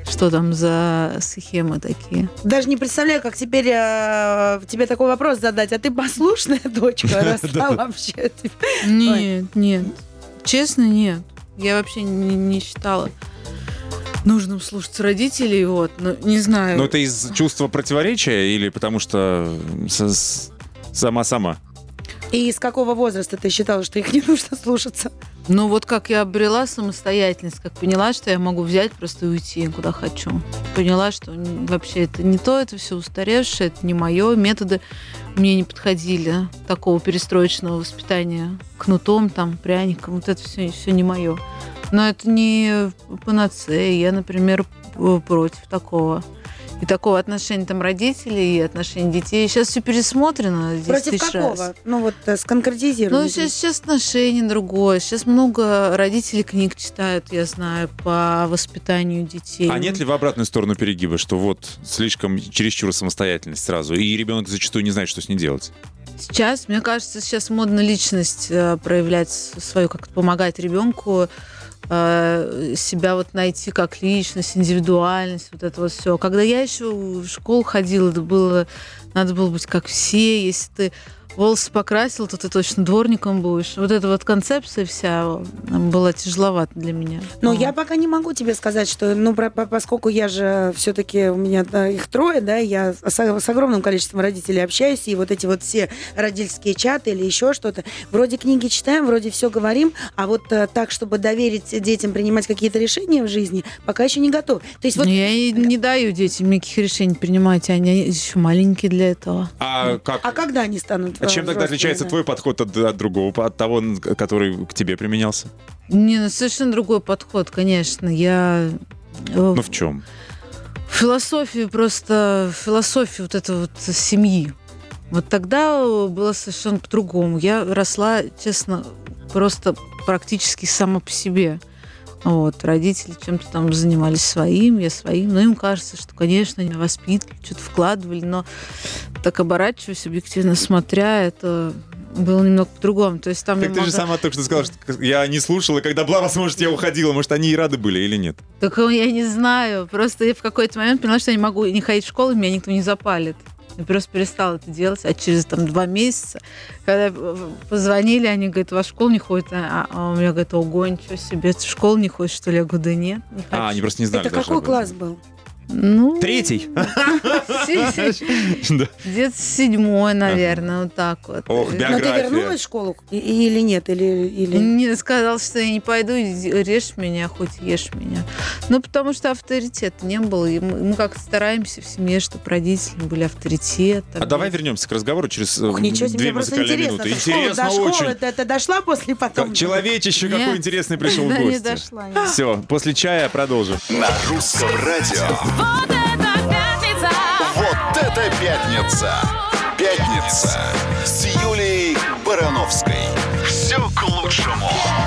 H: что там за схемы такие.
B: Даже не представляю, как теперь э, тебе такой вопрос задать. А ты послушная дочка росла вообще?
H: Нет, нет. Честно, нет. Я вообще не, не считала нужным слушать родителей, вот, но не знаю.
C: Но это из чувства противоречия или потому что сама-сама?
B: И с какого возраста ты считала, что их не нужно слушаться?
H: Ну вот как я обрела самостоятельность, как поняла, что я могу взять просто и уйти куда хочу. Поняла, что вообще это не то, это все устаревшее, это не мое, методы мне не подходили такого перестроечного воспитания кнутом, там, пряником, вот это все, все не мое. Но это не панацея, я, например, против такого. И такого отношения там родителей и отношения детей. Сейчас все пересмотрено.
B: Против какого? Раз. Ну вот сконкретизируй.
H: Ну сейчас, сейчас отношение другое. Сейчас много родителей книг читают, я знаю, по воспитанию детей.
C: А нет ли в обратную сторону перегиба, что вот слишком чересчур самостоятельность сразу, и ребенок зачастую не знает, что с ней делать?
H: Сейчас, мне кажется, сейчас модно личность проявлять свою, как-то помогать ребенку себя вот найти как личность, индивидуальность, вот это вот все. Когда я еще в школу ходила, это было, надо было быть как все. Если ты волосы покрасил, то ты точно дворником будешь. Вот эта вот концепция вся была тяжеловата для меня.
B: Но вот. Я пока не могу тебе сказать, что, ну, про, поскольку я же все-таки, у меня да, их трое, да, я с, с огромным количеством родителей общаюсь, и вот эти вот все родительские чаты или еще что-то, вроде книги читаем, вроде все говорим, а вот так, чтобы доверить детям принимать какие-то решения в жизни, пока еще не готов. То есть вот...
H: Я и не даю детям никаких решений принимать, они еще маленькие для этого.
C: А, как...
B: а когда они станут?
C: А чем тогда отличается да. твой подход от, от другого, от того, который к тебе применялся?
H: Не, ну совершенно другой подход, конечно. Я...
C: Ну в чем?
H: Философию просто, философию вот этой вот семьи. Вот тогда было совершенно по-другому. Я росла, честно, просто практически сама по себе. Вот, родители чем-то там занимались своим, я своим. Но им кажется, что, конечно, они воспитывали, что-то вкладывали, но так оборачиваясь, объективно смотря, это было немного по-другому. То есть там
C: так ты
H: могла...
C: же сама только что сказала, что я не слушала, когда была возможность, я уходила. Может, они и рады были или нет?
H: Так я не знаю. Просто я в какой-то момент поняла, что я не могу не ходить в школу, меня никто не запалит. Я просто перестала это делать, а через там два месяца, когда позвонили, они говорят, у вас в школу не ходит, а, а у меня говорят, ого, ничего себе, ты в школу не ходишь, что ли? Я говорю, да нет, не хочу.
C: А, они просто не знали.
B: Это какой класс был?
H: Ну,
C: третий.
H: Где-то седьмой, наверное, вот так вот.
C: Ох, биография.
B: Но ты вернулась в школу или нет? Или, или...
H: Не, сказал, что я не пойду, режь меня, хоть ешь меня. Ну, потому что авторитета не было. И мы, мы как-то стараемся в семье, чтобы родители были авторитетом.
C: А давай вернемся к разговору через
B: Ох,
C: две
B: себе,
C: музыкальные минуты.
B: Интересно
C: Интересно очень.
B: Школы, ты, ты дошла после потом?
C: Человечище
H: нет.
C: Какой интересный пришел в гости.
H: Не дошла. Нет.
C: Все, после чая продолжим.
A: На русском радио.
D: Вот это пятница!
A: Вот это пятница! Пятница с Юлией Барановской. Все к лучшему.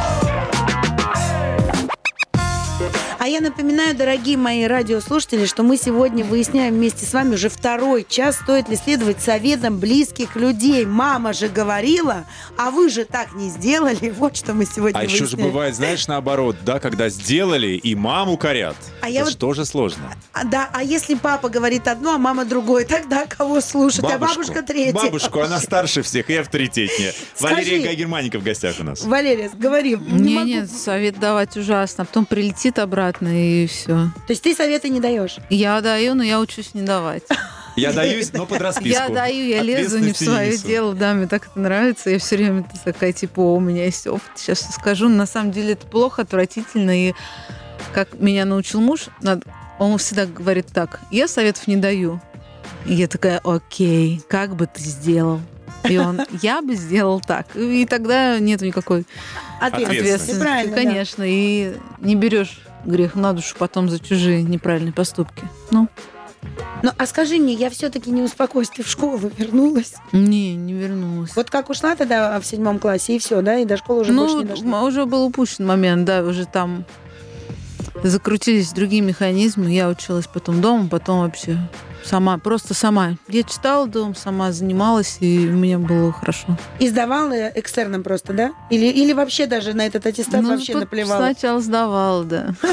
B: А я напоминаю, дорогие мои радиослушатели, что мы сегодня выясняем вместе с вами уже второй час, стоит ли следовать советам близких людей. Мама же говорила, а вы же так не сделали. Вот что мы сегодня
C: А
B: выясняем.
C: еще же бывает, знаешь, наоборот, да, когда сделали и маму корят.
B: А
C: это
B: я
C: же
B: вот...
C: тоже сложно.
B: А, да, а если папа говорит одно, а мама другое, тогда кого слушать?
C: Бабушку,
B: а бабушка третья.
C: Бабушку, она старше всех и авторитетнее.
B: Скажи,
C: Валерия Гай-Германика в гостях у нас.
B: Валерия, говори. Не,
H: Не,
B: могу.
H: нет, совет давать ужасно. А потом прилетит обратно и все.
B: То есть ты советы не даешь?
H: Я даю, но я учусь не давать.
C: Я даюсь, но под расписку.
H: Я даю, я лезу не в свое дело, да, мне так это нравится. Я все время такая, типа, о, у меня есть опыт, сейчас скажу. На самом деле это плохо, отвратительно. И как меня научил муж, он всегда говорит так, я советов не даю. И я такая, окей, как бы ты сделал? И он, я бы сделал так. И тогда нет никакой ответственности.
B: Правильно,
H: конечно, да. И не берешь грех на душу потом за чужие неправильные поступки. Ну.
B: Ну, а скажи мне, я все-таки не успокоюсь, ты в школу вернулась?
H: Не, не вернулась.
B: Вот как ушла тогда в седьмом классе, и все, да? И до школы уже
H: ну,
B: больше не дошла?
H: Ну, уже был упущен момент, да, уже там закрутились другие механизмы. Я училась потом дома, потом вообще сама, просто сама. Я читала дома, сама занималась, и мне было хорошо.
B: И сдавала экстерном просто, да? Или, или вообще даже на этот аттестат
H: ну,
B: вообще наплевала?
H: Сначала сдавала, да.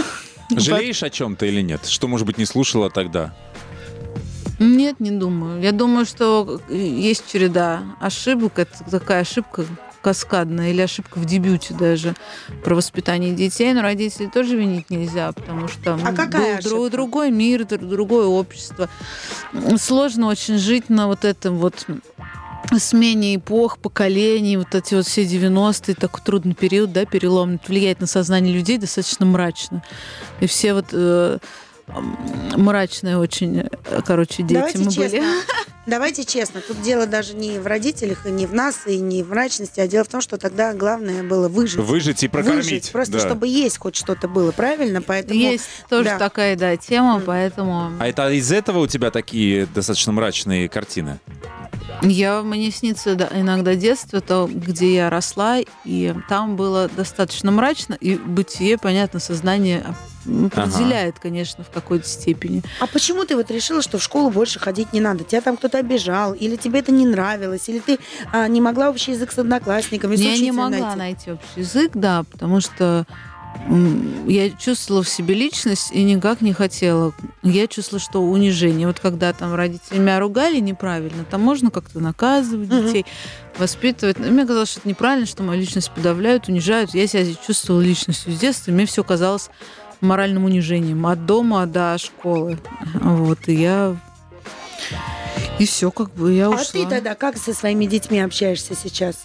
C: Жалеешь о чем-то или нет? Что, может быть, не слушала тогда?
H: Нет, не думаю. Я думаю, что есть череда ошибок. Это такая ошибка каскадная или ошибка в дебюте даже про воспитание детей. Но родителей тоже винить нельзя, потому что
B: А какая
H: был
B: ошибка?
H: другой мир, другое общество. Сложно очень жить на вот этом вот смене эпох, поколений, вот эти вот все девяностые, такой трудный период, да, переломный, влияет на сознание людей достаточно мрачно. И все вот э, мрачные очень, короче, дети
B: Давайте
H: мы
B: честно.
H: были.
B: Давайте честно, тут дело даже не в родителях, и не в нас, и не в мрачности, а дело в том, что тогда главное было выжить.
C: Выжить и прокормить.
B: Выжить, просто
C: да.
B: чтобы есть хоть что-то было, правильно? Поэтому
H: Есть тоже
B: да.
H: такая, да, тема,
B: Мгм.
H: поэтому...
C: А это из этого у тебя такие достаточно мрачные картины?
H: Я, мне снится да, иногда детство, то, где я росла, и там было достаточно мрачно, и бытие, понятно, сознание определяет, конечно, в какой-то степени.
B: А почему ты вот решила, что в школу больше ходить не надо? Тебя там кто-то обижал, или тебе это не нравилось, или ты а, не могла общий язык с одноклассниками, с
H: Я не
B: учителем
H: могла
B: найти?
H: найти общий язык, да, потому что м, я чувствовала в себе личность и никак не хотела. Я чувствовала, что унижение. Вот когда там родители меня ругали неправильно, там можно как-то наказывать
B: Мгм.
H: детей, воспитывать. Но мне казалось, что это неправильно, что мою личность подавляют, унижают. Я себя чувствовала личностью с детства, и мне все казалось моральным унижением от дома до школы. Вот, и я... И все, как бы, я
B: А
H: ушла.
B: ты тогда как со своими детьми общаешься сейчас?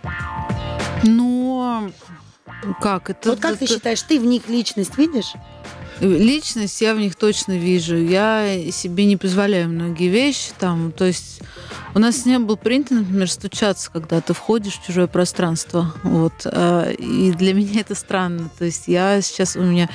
H: Ну, как? Это,
B: Вот как ты
H: это-
B: считаешь, ты в них личность видишь?
H: Личность я в них точно вижу. Я себе не позволяю многие вещи там. То есть у нас не было принято, например, стучаться, когда ты входишь в чужое пространство. Вот. А, И для меня это странно. То есть я сейчас у меня...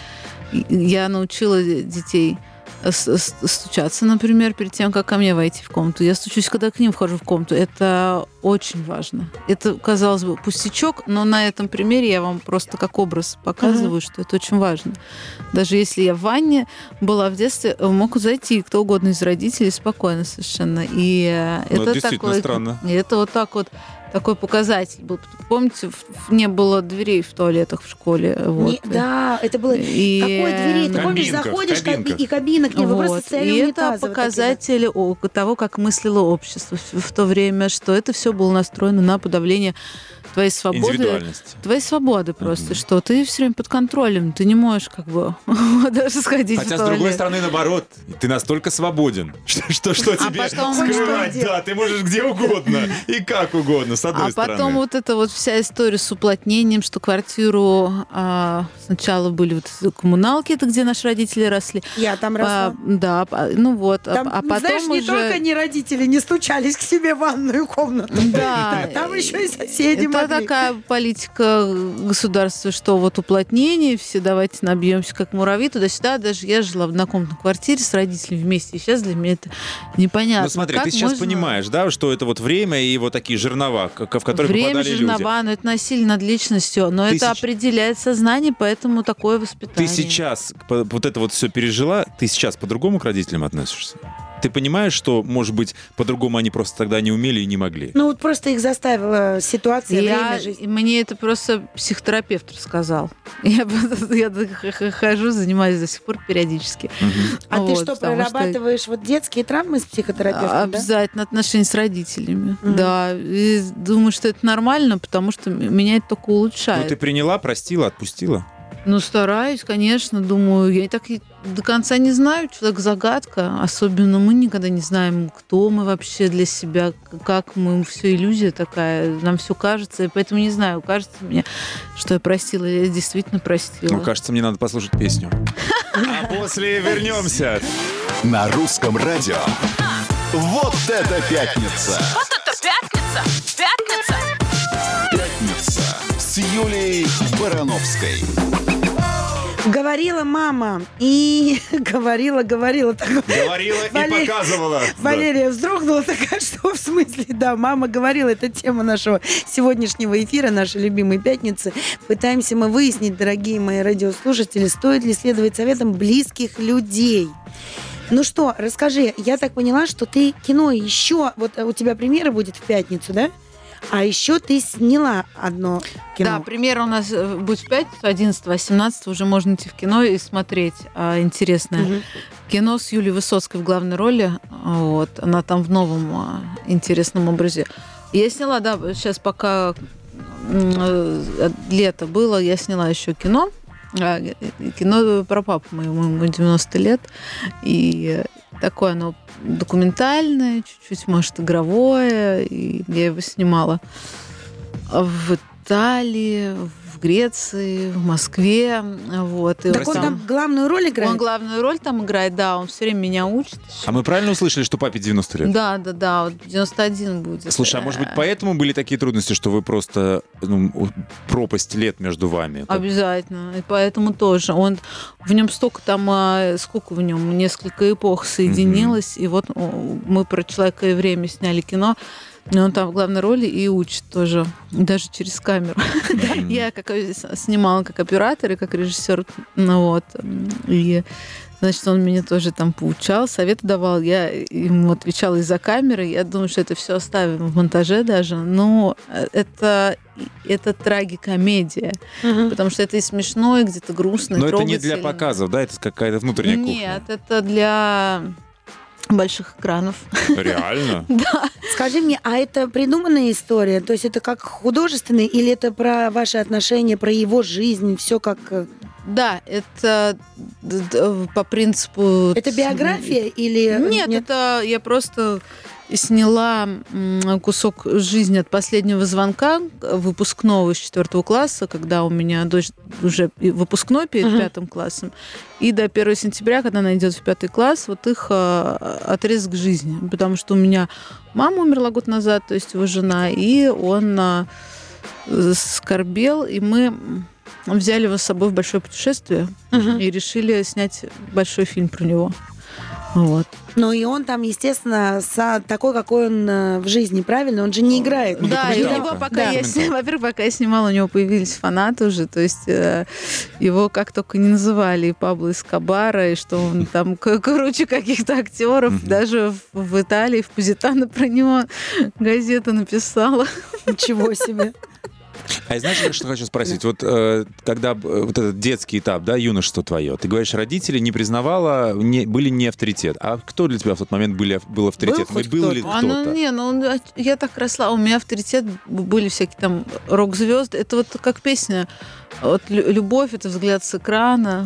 H: Я научила детей с- с- стучаться, например, перед тем, как ко мне войти в комнату. Я стучусь, когда к ним вхожу в комнату. Это очень важно. Это, казалось бы, пустячок, но на этом примере я вам просто как образ показываю, что это очень важно. Даже если я в ванне была в детстве, мог зайти кто угодно из родителей спокойно совершенно. И э,
C: Ну,
H: это
C: действительно
H: такой,
C: странно.
H: и это вот так вот такой показатель был. Помните, в- в- не было дверей в туалетах в школе. Вот.
B: Не- да, это было...
H: И,
B: Какой дверей? Ты
C: В
B: помнишь,
C: кабинках,
B: заходишь,
C: в кабинках.
B: и кабинок не было,
H: Вот.
B: просто стояли
H: И это
B: унитазы вот такие, да.
H: показатели о- того, как мыслило общество в, в то время, что это все было настроено на подавление твоей свободы.
C: Индивидуальность.
H: Твоей свободы просто,
C: Мгм.
H: что ты все время под контролем, ты не можешь как бы даже сходить
C: Хотя,
H: в
C: с
H: туалет.
C: другой стороны, наоборот, ты настолько свободен, что, что, что
H: А
C: тебе
H: потом-
C: скрывать.
B: Что делать?
C: Да, ты можешь где угодно и как угодно, с одной
H: А
C: стороны.
H: потом вот эта вот вся история с уплотнением, что квартиру а, сначала были вот коммуналки, это где наши родители росли.
B: Я там росла.
H: А, да, а, ну вот. а-
B: Там,
H: а, потом
B: знаешь, не
H: уже...
B: только не родители не стучались к себе в ванную комнату.
H: Да.
B: Там еще и соседи
H: Это
B: могли.
H: такая политика государства, что вот уплотнение, все давайте набьемся как муравьи туда-сюда. Даже я жила в однокомнатной квартире с родителями вместе, и сейчас для меня это непонятно.
C: Ну смотри,
H: Как
C: ты сейчас
H: можно-
C: понимаешь, да, что это вот время и вот такие жернова, к- в которые
H: Время
C: попадали люди.
H: жернова, но это насилие над личностью, но
C: Ты
H: это
C: сеч-
H: определяет сознание, поэтому такое
C: Ты
H: воспитание.
C: сейчас по- вот это вот все пережила, ты сейчас по-другому к родителям относишься? Ты понимаешь, что, может быть, по-другому они просто тогда не умели и не могли?
B: Ну вот просто их заставила ситуация,
H: Я,
B: время, жизнь.
H: и мне это просто психотерапевт рассказал. Я, просто- я так х- х- хожу, занимаюсь до сих пор периодически.
C: Мгм.
B: А ты
H: Вот,
B: что,
H: потому что-
B: прорабатываешь вот детские травмы с психотерапевтом, да?
H: Обязательно отношения с родителями.
B: Мгм.
H: Да. И думаю, что это нормально, потому что м- меня это только
C: Ну,
H: улучшает.
C: ты приняла, простила, отпустила?
H: Ну, стараюсь, конечно, думаю. Я так и до конца не знаю, человек загадка. Особенно мы никогда не знаем, кто мы вообще для себя, как мы. Все иллюзия такая, нам все кажется. И поэтому не знаю, кажется мне, что я простила. Я действительно простила.
C: Ну, кажется, мне надо послушать песню. А после вернемся.
A: На русском радио. Вот это пятница!
D: Вот это пятница! Пятница!
A: Пятница с Юлией Барановской.
B: Говорила мама и говорила, говорила. Так,
C: Говорила
B: Валерий-
C: и показывала.
B: Валерия вздрогнула, такая, что в смысле? Да, мама говорила, это тема нашего сегодняшнего эфира, нашей любимой пятницы. Пытаемся мы выяснить, дорогие мои радиослушатели, стоит ли следовать советам близких людей. Ну что, расскажи, я так поняла, что ты кино еще, вот у тебя премьера будет в пятницу, да? А еще ты сняла одно кино.
H: Да, премьера у нас э, будет в пятницу, одиннадцатого, восемнадцатого уже можно идти в кино и смотреть а, интересное.
B: Мгм.
H: Кино с Юлией Высоцкой в главной роли. Вот. Она там в новом а, интересном образе. Я сняла, да, сейчас пока м, э, лето было, я сняла еще кино. А, э, Кино про папу моему, ему девяносто лет. И э, такое оно документальное, чуть-чуть, может, игровое. И я его снимала в Италии, в Греции, в Москве. Вот. И
B: Так он
H: вот
B: там главную роль играет?
H: он главную роль там играет, да, он все время меня учит.
C: А мы правильно услышали, что папе девяносто лет?
H: Да, да, да, вот девяносто один будет.
C: Слушай, а может быть, поэтому были такие трудности, что вы просто ну, пропасть лет между вами? Как-
H: Обязательно. И поэтому тоже. Он, в нем столько там, а, сколько в нем, несколько эпох соединилось. И вот о, мы про «Человека и время» сняли кино. И он там в главной роли и учит тоже, даже через камеру. Я как снимала как оператор и как режиссер. Ну вот. И значит, он меня тоже там поучал, советы давал. Я ему отвечала из-за камеры. Я думаю, что это все оставим в монтаже даже. Но это, это трагикомедия.
B: Мгм.
H: Потому что это и смешно, и где-то грустно, и
C: Но это не для
H: трогательно.
C: показов, да? Это какая-то внутренняя кухня.
H: Нет, это для больших экранов.
C: Реально?
B: Скажи мне, а это придуманная история? То есть это как художественный или это про ваши отношения, про его жизнь, все как... э,
H: Да, это д- д- по принципу...
B: Это биография или...
H: Нет, это я просто сняла м, кусок жизни от последнего звонка выпускного из четвертого класса, когда у меня дочь уже и выпускной перед
B: Мгм.
H: пятым классом, и до первого сентября, когда она идет в пятый класс, вот их а, отрезок жизни. Потому что у меня мама умерла год назад, то есть его жена, и он а, скорбел, и мы взяли его с собой в большое путешествие
B: Мгм.
H: и решили снять большой фильм про него. Вот.
B: Ну и он там, естественно, со- такой, какой он э, в жизни, правильно? Он же не играет.
C: Ну,
H: Да, и у
C: документалка.
H: него пока
B: Да.
H: я снимала, во-первых, пока я снимала, у него появились фанаты уже, то есть э, его как только не называли и Пабло Эскобара, и что он там к- круче каких-то актеров,
C: Мгм.
H: даже в, в Италии, в Позитано про него газета написала.
B: Ничего себе.
C: А знаешь, что хочу спросить? Вот э, когда э, вот этот детский этап, да, юношество твое, ты говоришь, родители не признавала, не, были не авторитет. А кто для тебя в тот момент были, был авторитетом?
B: хоть
C: И был ли
B: кто-то?
H: А, ну
C: кто-то?
H: не, ну он- я так росла, у меня авторитет были всякие там рок-звезды. Это вот как песня, вот лю- любовь, это взгляд с экрана.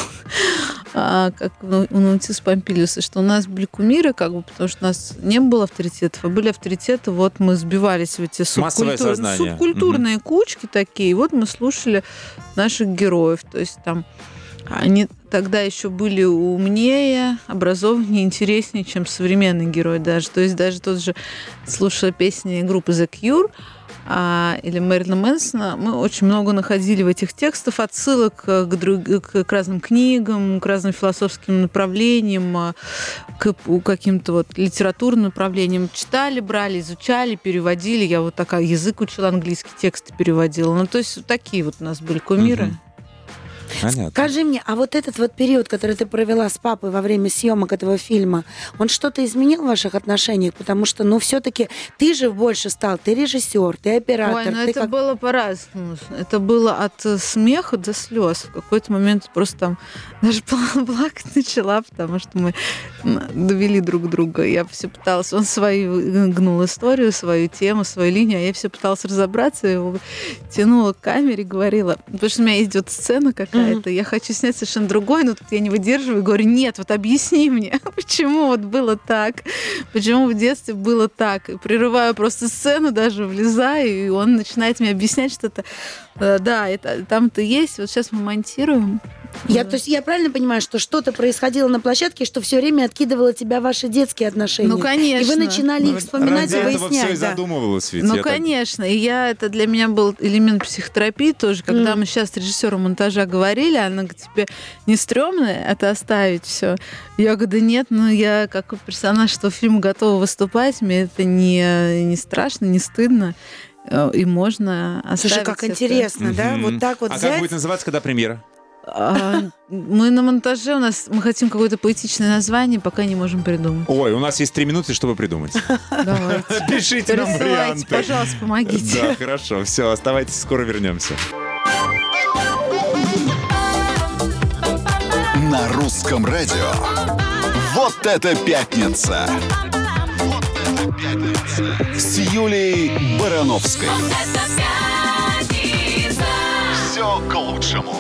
H: А, как у у Наутилуса Помпилиуса, что у нас были кумиры, как бы, потому что у нас не было авторитетов, а были авторитеты, вот мы сбивались в эти
C: Массовое
H: субкультур-
C: сознание.
H: субкультурные кучки такие, и вот мы слушали наших героев, то есть там они тогда еще были умнее, образованнее, интереснее, чем современные герои даже. То есть даже тот же, слушая песни группы The Cure, а, или Мэрилина Мэнсона, мы очень много находили в этих текстах отсылок к, друг- к, к разным книгам, к разным философским направлениям, а, к п- каким-то вот литературным направлениям. Читали, брали, изучали, переводили. Я вот такая язык учила, английский тексты переводила. Ну, то есть вот такие вот у нас были кумиры.
C: Мгм. Понятно.
B: Скажи мне, а вот этот вот период, который ты провела с папой во время съемок этого фильма, он что-то изменил в ваших отношениях? Потому что, ну, все-таки ты же больше стал, ты режиссер, ты оператор.
H: Ой, ну
B: ты
H: это
B: как-
H: было по-разному. Это было от э, смеха до слез. В какой-то момент просто там даже пла- плакать начала, потому что мы м, довели друг друга. Я все пыталась, он свою гнул историю, свою тему, свою линию, а я все пыталась разобраться, его тянула к камере, говорила, потому что у меня идет сцена какая-то, я хочу снять совершенно другой, но тут я не выдерживаю и говорю, нет, вот объясни мне, почему вот было так, почему в детстве было так. И прерываю просто сцену, даже влезаю, и он начинает мне объяснять что-то. Э, Да, это, там-то есть, вот сейчас мы монтируем.
B: Я, то есть я правильно понимаю, что что-то происходило на площадке, что все время откидывало тебя ваши детские отношения?
H: Ну, конечно.
B: И вы начинали их вспоминать
C: Ради
B: и
C: этого все и
B: выяснять. Да.
C: задумывалось ведь.
H: Ну,
C: я так-
H: конечно. И я, это для меня был элемент психотерапии тоже. Когда
B: Мгм.
H: мы сейчас с режиссером монтажа говорили, она говорит, тебе не стрёмно это оставить все? Я говорю, да нет, ну я как персонаж этого фильма готова выступать, мне это не, не страшно, не стыдно. э, И можно оставить
B: Слушай, как
H: это.
B: интересно, да?
C: Мгм.
B: Вот так вот
C: А
B: взять.
C: как будет называться, когда премьера?
H: А, мы на монтаже, у нас мы хотим какое-то поэтичное название, пока не можем придумать.
C: Ой, у нас есть три минуты, чтобы придумать.
H: Давайте.
C: Пишите нам
H: Присылайте,
C: варианты.
H: пожалуйста, помогите.
C: Да, хорошо. Все, оставайтесь, скоро вернемся.
A: На русском радио. Вот это пятница! Вот это пятница! С Юлией Барановской. Все к лучшему.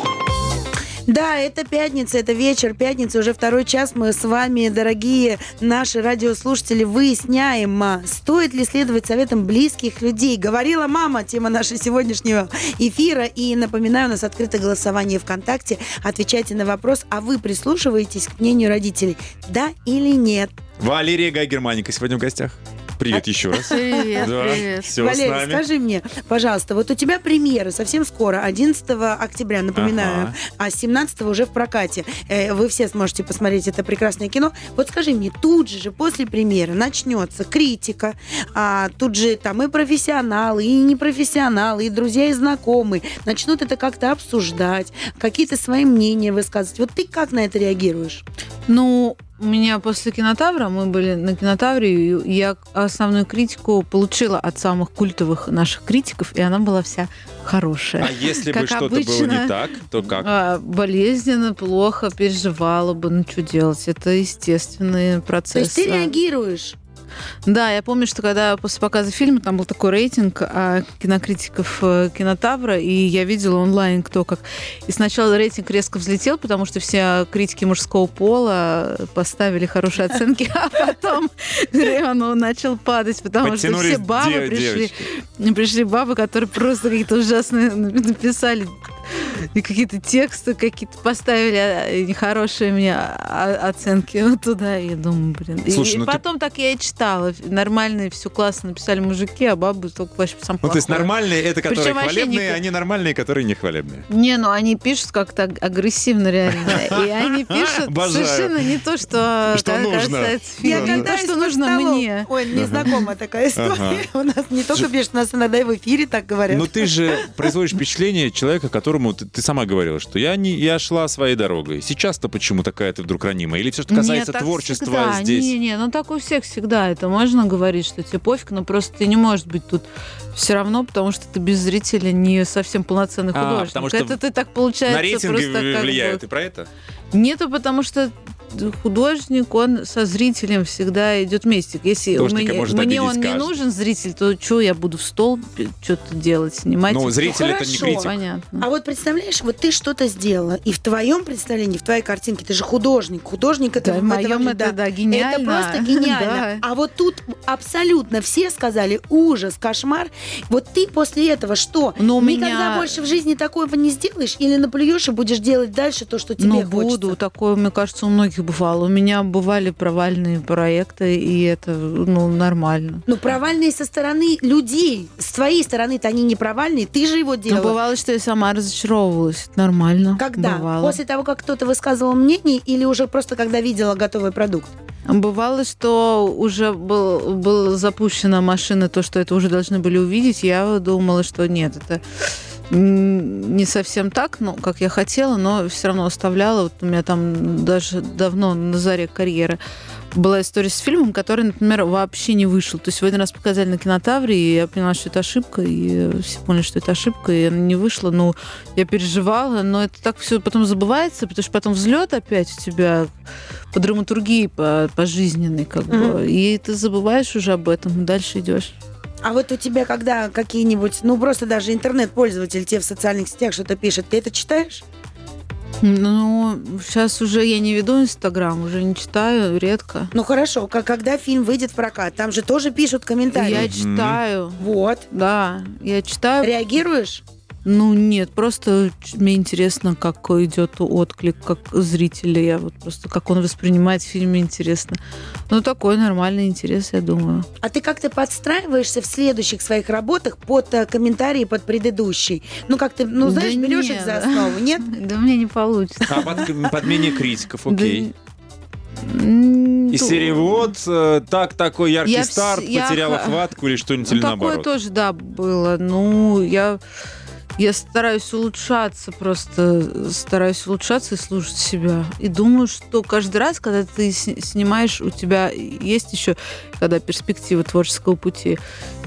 B: Да, это пятница, это вечер, пятница, уже второй час. Мы с вами, дорогие наши радиослушатели, выясняем, а, стоит ли следовать советам близких людей. Говорила мама, тема нашего сегодняшнего эфира. И напоминаю, у нас открытое голосование ВКонтакте. Отвечайте на вопрос, а вы прислушиваетесь к мнению родителей, да или нет?
C: Валерия Гай-Германика сегодня в гостях. Привет еще раз.
H: Привет,
C: Да,
H: привет.
C: все с
B: Валерий,
C: нами.
B: скажи мне, пожалуйста, вот у тебя премьера совсем скоро, одиннадцатого октября, напоминаю,
C: Ага.
B: а семнадцатого уже в прокате. Э, Вы все сможете посмотреть это прекрасное кино. Вот скажи мне, тут же, же после премьеры начнется критика, а, тут же там и профессионалы, и непрофессионалы, и друзья, и знакомые начнут это как-то обсуждать, какие-то свои мнения высказывать. Вот ты как на это реагируешь?
H: Ну, у меня после кинотавра, мы были на кинотавре, и я основную критику получила от самых культовых наших критиков, и она была вся хорошая.
C: А если бы
H: Как
C: что-то было
H: обычно,
C: не так, то как?
H: а, болезненно, плохо, переживала бы, ну что делать, это естественный процесс.
B: То есть ты
H: А,
B: реагируешь?
H: Да, я помню, что когда после показа фильма там был такой рейтинг а, кинокритиков э, кинотавра, и я видела онлайн кто как. И сначала рейтинг резко взлетел, потому что все критики мужского пола поставили хорошие оценки, а потом он начал падать, потому что
C: Подтянулись
H: все бабы
C: де-
H: пришли,
C: девочки.
H: пришли бабы, которые просто какие-то ужасные написали и какие-то тексты какие-то поставили а, нехорошие мне о- оценки вот туда. И я думаю, блин. И-
C: Слушай,
H: и
C: ну ты-
H: потом так я и читала. Нормальные, все классно написали мужики, а бабы только вообще сам
C: Ну, то есть
H: плохой.
C: нормальные, это которые
H: Причем вообще
C: хвалебные,
H: не-
C: а не нормальные, которые не хвалебные.
H: Не, ну они пишут как-то аг- агрессивно реально. И они пишут
C: Обожаю.
H: совершенно не то, что,
C: Что
H: ка-
C: нужно.
H: касается
B: Я
H: фильма. Не
B: когда
H: то, что
B: из-под
H: нужно
B: столов-
H: мне.
B: Ой, мне знакома такая история. У нас не только пишут, у нас иногда и в эфире так говорят.
C: Но ты же производишь впечатление человека, которому ты, ты сама говорила, что я, не, я шла своей дорогой. Сейчас-то почему такая ты вдруг ранимая? Или все, что касается
H: Нет, так
C: творчества
H: всегда.
C: здесь?
H: Не, не, ну так у всех всегда. Это можно говорить, что тебе пофиг, но просто ты не можешь быть тут все равно, потому что ты без зрителя не совсем полноценный
C: А,
H: художник.
C: потому что
H: это ты так получается
C: На рейтинги
H: просто как
C: влияют.
H: бы-
C: Ты про это?
H: Нету, потому что художник, он со зрителем всегда идет вместе. Если
C: Художника
H: мне,
C: может
H: мне
C: обидеть
H: он не
C: каждый.
H: нужен, зритель, то что я буду в стол что-то делать, снимать?
C: Ну, зритель это не
B: хорошо.
C: критик.
H: Понятно.
B: А вот представляешь, вот ты что-то сделала, и в твоем представлении, в твоей картинке, ты же художник. Художник это...
H: Да, в
B: это
H: моем
B: вообще,
H: это, да, гениально.
B: Это просто гениально.
H: Да.
B: А вот тут абсолютно все сказали ужас, кошмар. Вот ты после этого что?
H: Но у
B: Никогда
H: меня-
B: больше в жизни такого не сделаешь? Или наплюешь и будешь делать дальше то, что тебе
H: Ну,
B: хочется?
H: буду. Такое, мне кажется, у многих бывало. У меня бывали провальные проекты, и это, ну, нормально.
B: Ну, провальные со стороны людей. С твоей стороны-то они не провальные, ты же его
H: Но
B: делала.
H: бывало, что я сама разочаровывалась. Это нормально.
B: Когда?
H: Бывало.
B: После того, как кто-то высказывал мнение, или уже просто когда видела готовый продукт?
H: Бывало, что уже был, была запущена машина, то, что это уже должны были увидеть. Я думала, что нет, это м, не совсем так, ну, как я хотела, но все равно оставляла. Вот у меня там даже давно на заре карьеры была история с фильмом, который, например, вообще не вышел. То есть его один раз показали на кинотавре, и я поняла, что это ошибка, и все поняли, что это ошибка, и она не вышла. Ну, я переживала, но это так все потом забывается, потому что потом взлет опять у тебя по драматургии, по, по жизненной, как бы,
B: Мгм.
H: и ты забываешь уже об этом, и дальше идешь.
B: А вот у тебя, когда какие-нибудь, ну, просто даже интернет-пользователь тебе в социальных сетях что-то пишет, ты это читаешь?
H: Ну, сейчас уже я не веду Инстаграм, уже не читаю, редко.
B: Ну, хорошо, как, когда фильм выйдет в прокат, там же тоже пишут комментарии.
H: Я
C: Мгм.
H: читаю,
B: Вот.
H: да, я читаю.
B: Реагируешь?
H: Ну, нет, просто ч- мне интересно, как идет отклик, как зрителя. Я вот просто, как он воспринимает фильм, интересно. Ну, такой нормальный интерес, я думаю.
B: А ты как-то подстраиваешься в следующих своих работах под э, комментарии под предыдущий? Ну, как ты, ну,
H: Да
B: знаешь, берешь
H: нет.
B: их за основу, нет?
H: Да мне не получится.
C: А под, под мнение критиков, окей.
H: М,
C: Из
H: ну,
C: серии вот, э, так, такой яркий
H: Я вс-
C: старт,
H: я
C: потеряла
H: х-
C: хватку или что-нибудь,
H: Ну,
C: или
H: такое
C: наоборот.
H: тоже, да, было. Ну, я Я стараюсь улучшаться, просто стараюсь улучшаться и слушать себя. И думаю, что каждый раз, когда ты снимаешь, у тебя есть еще, когда перспектива творческого пути,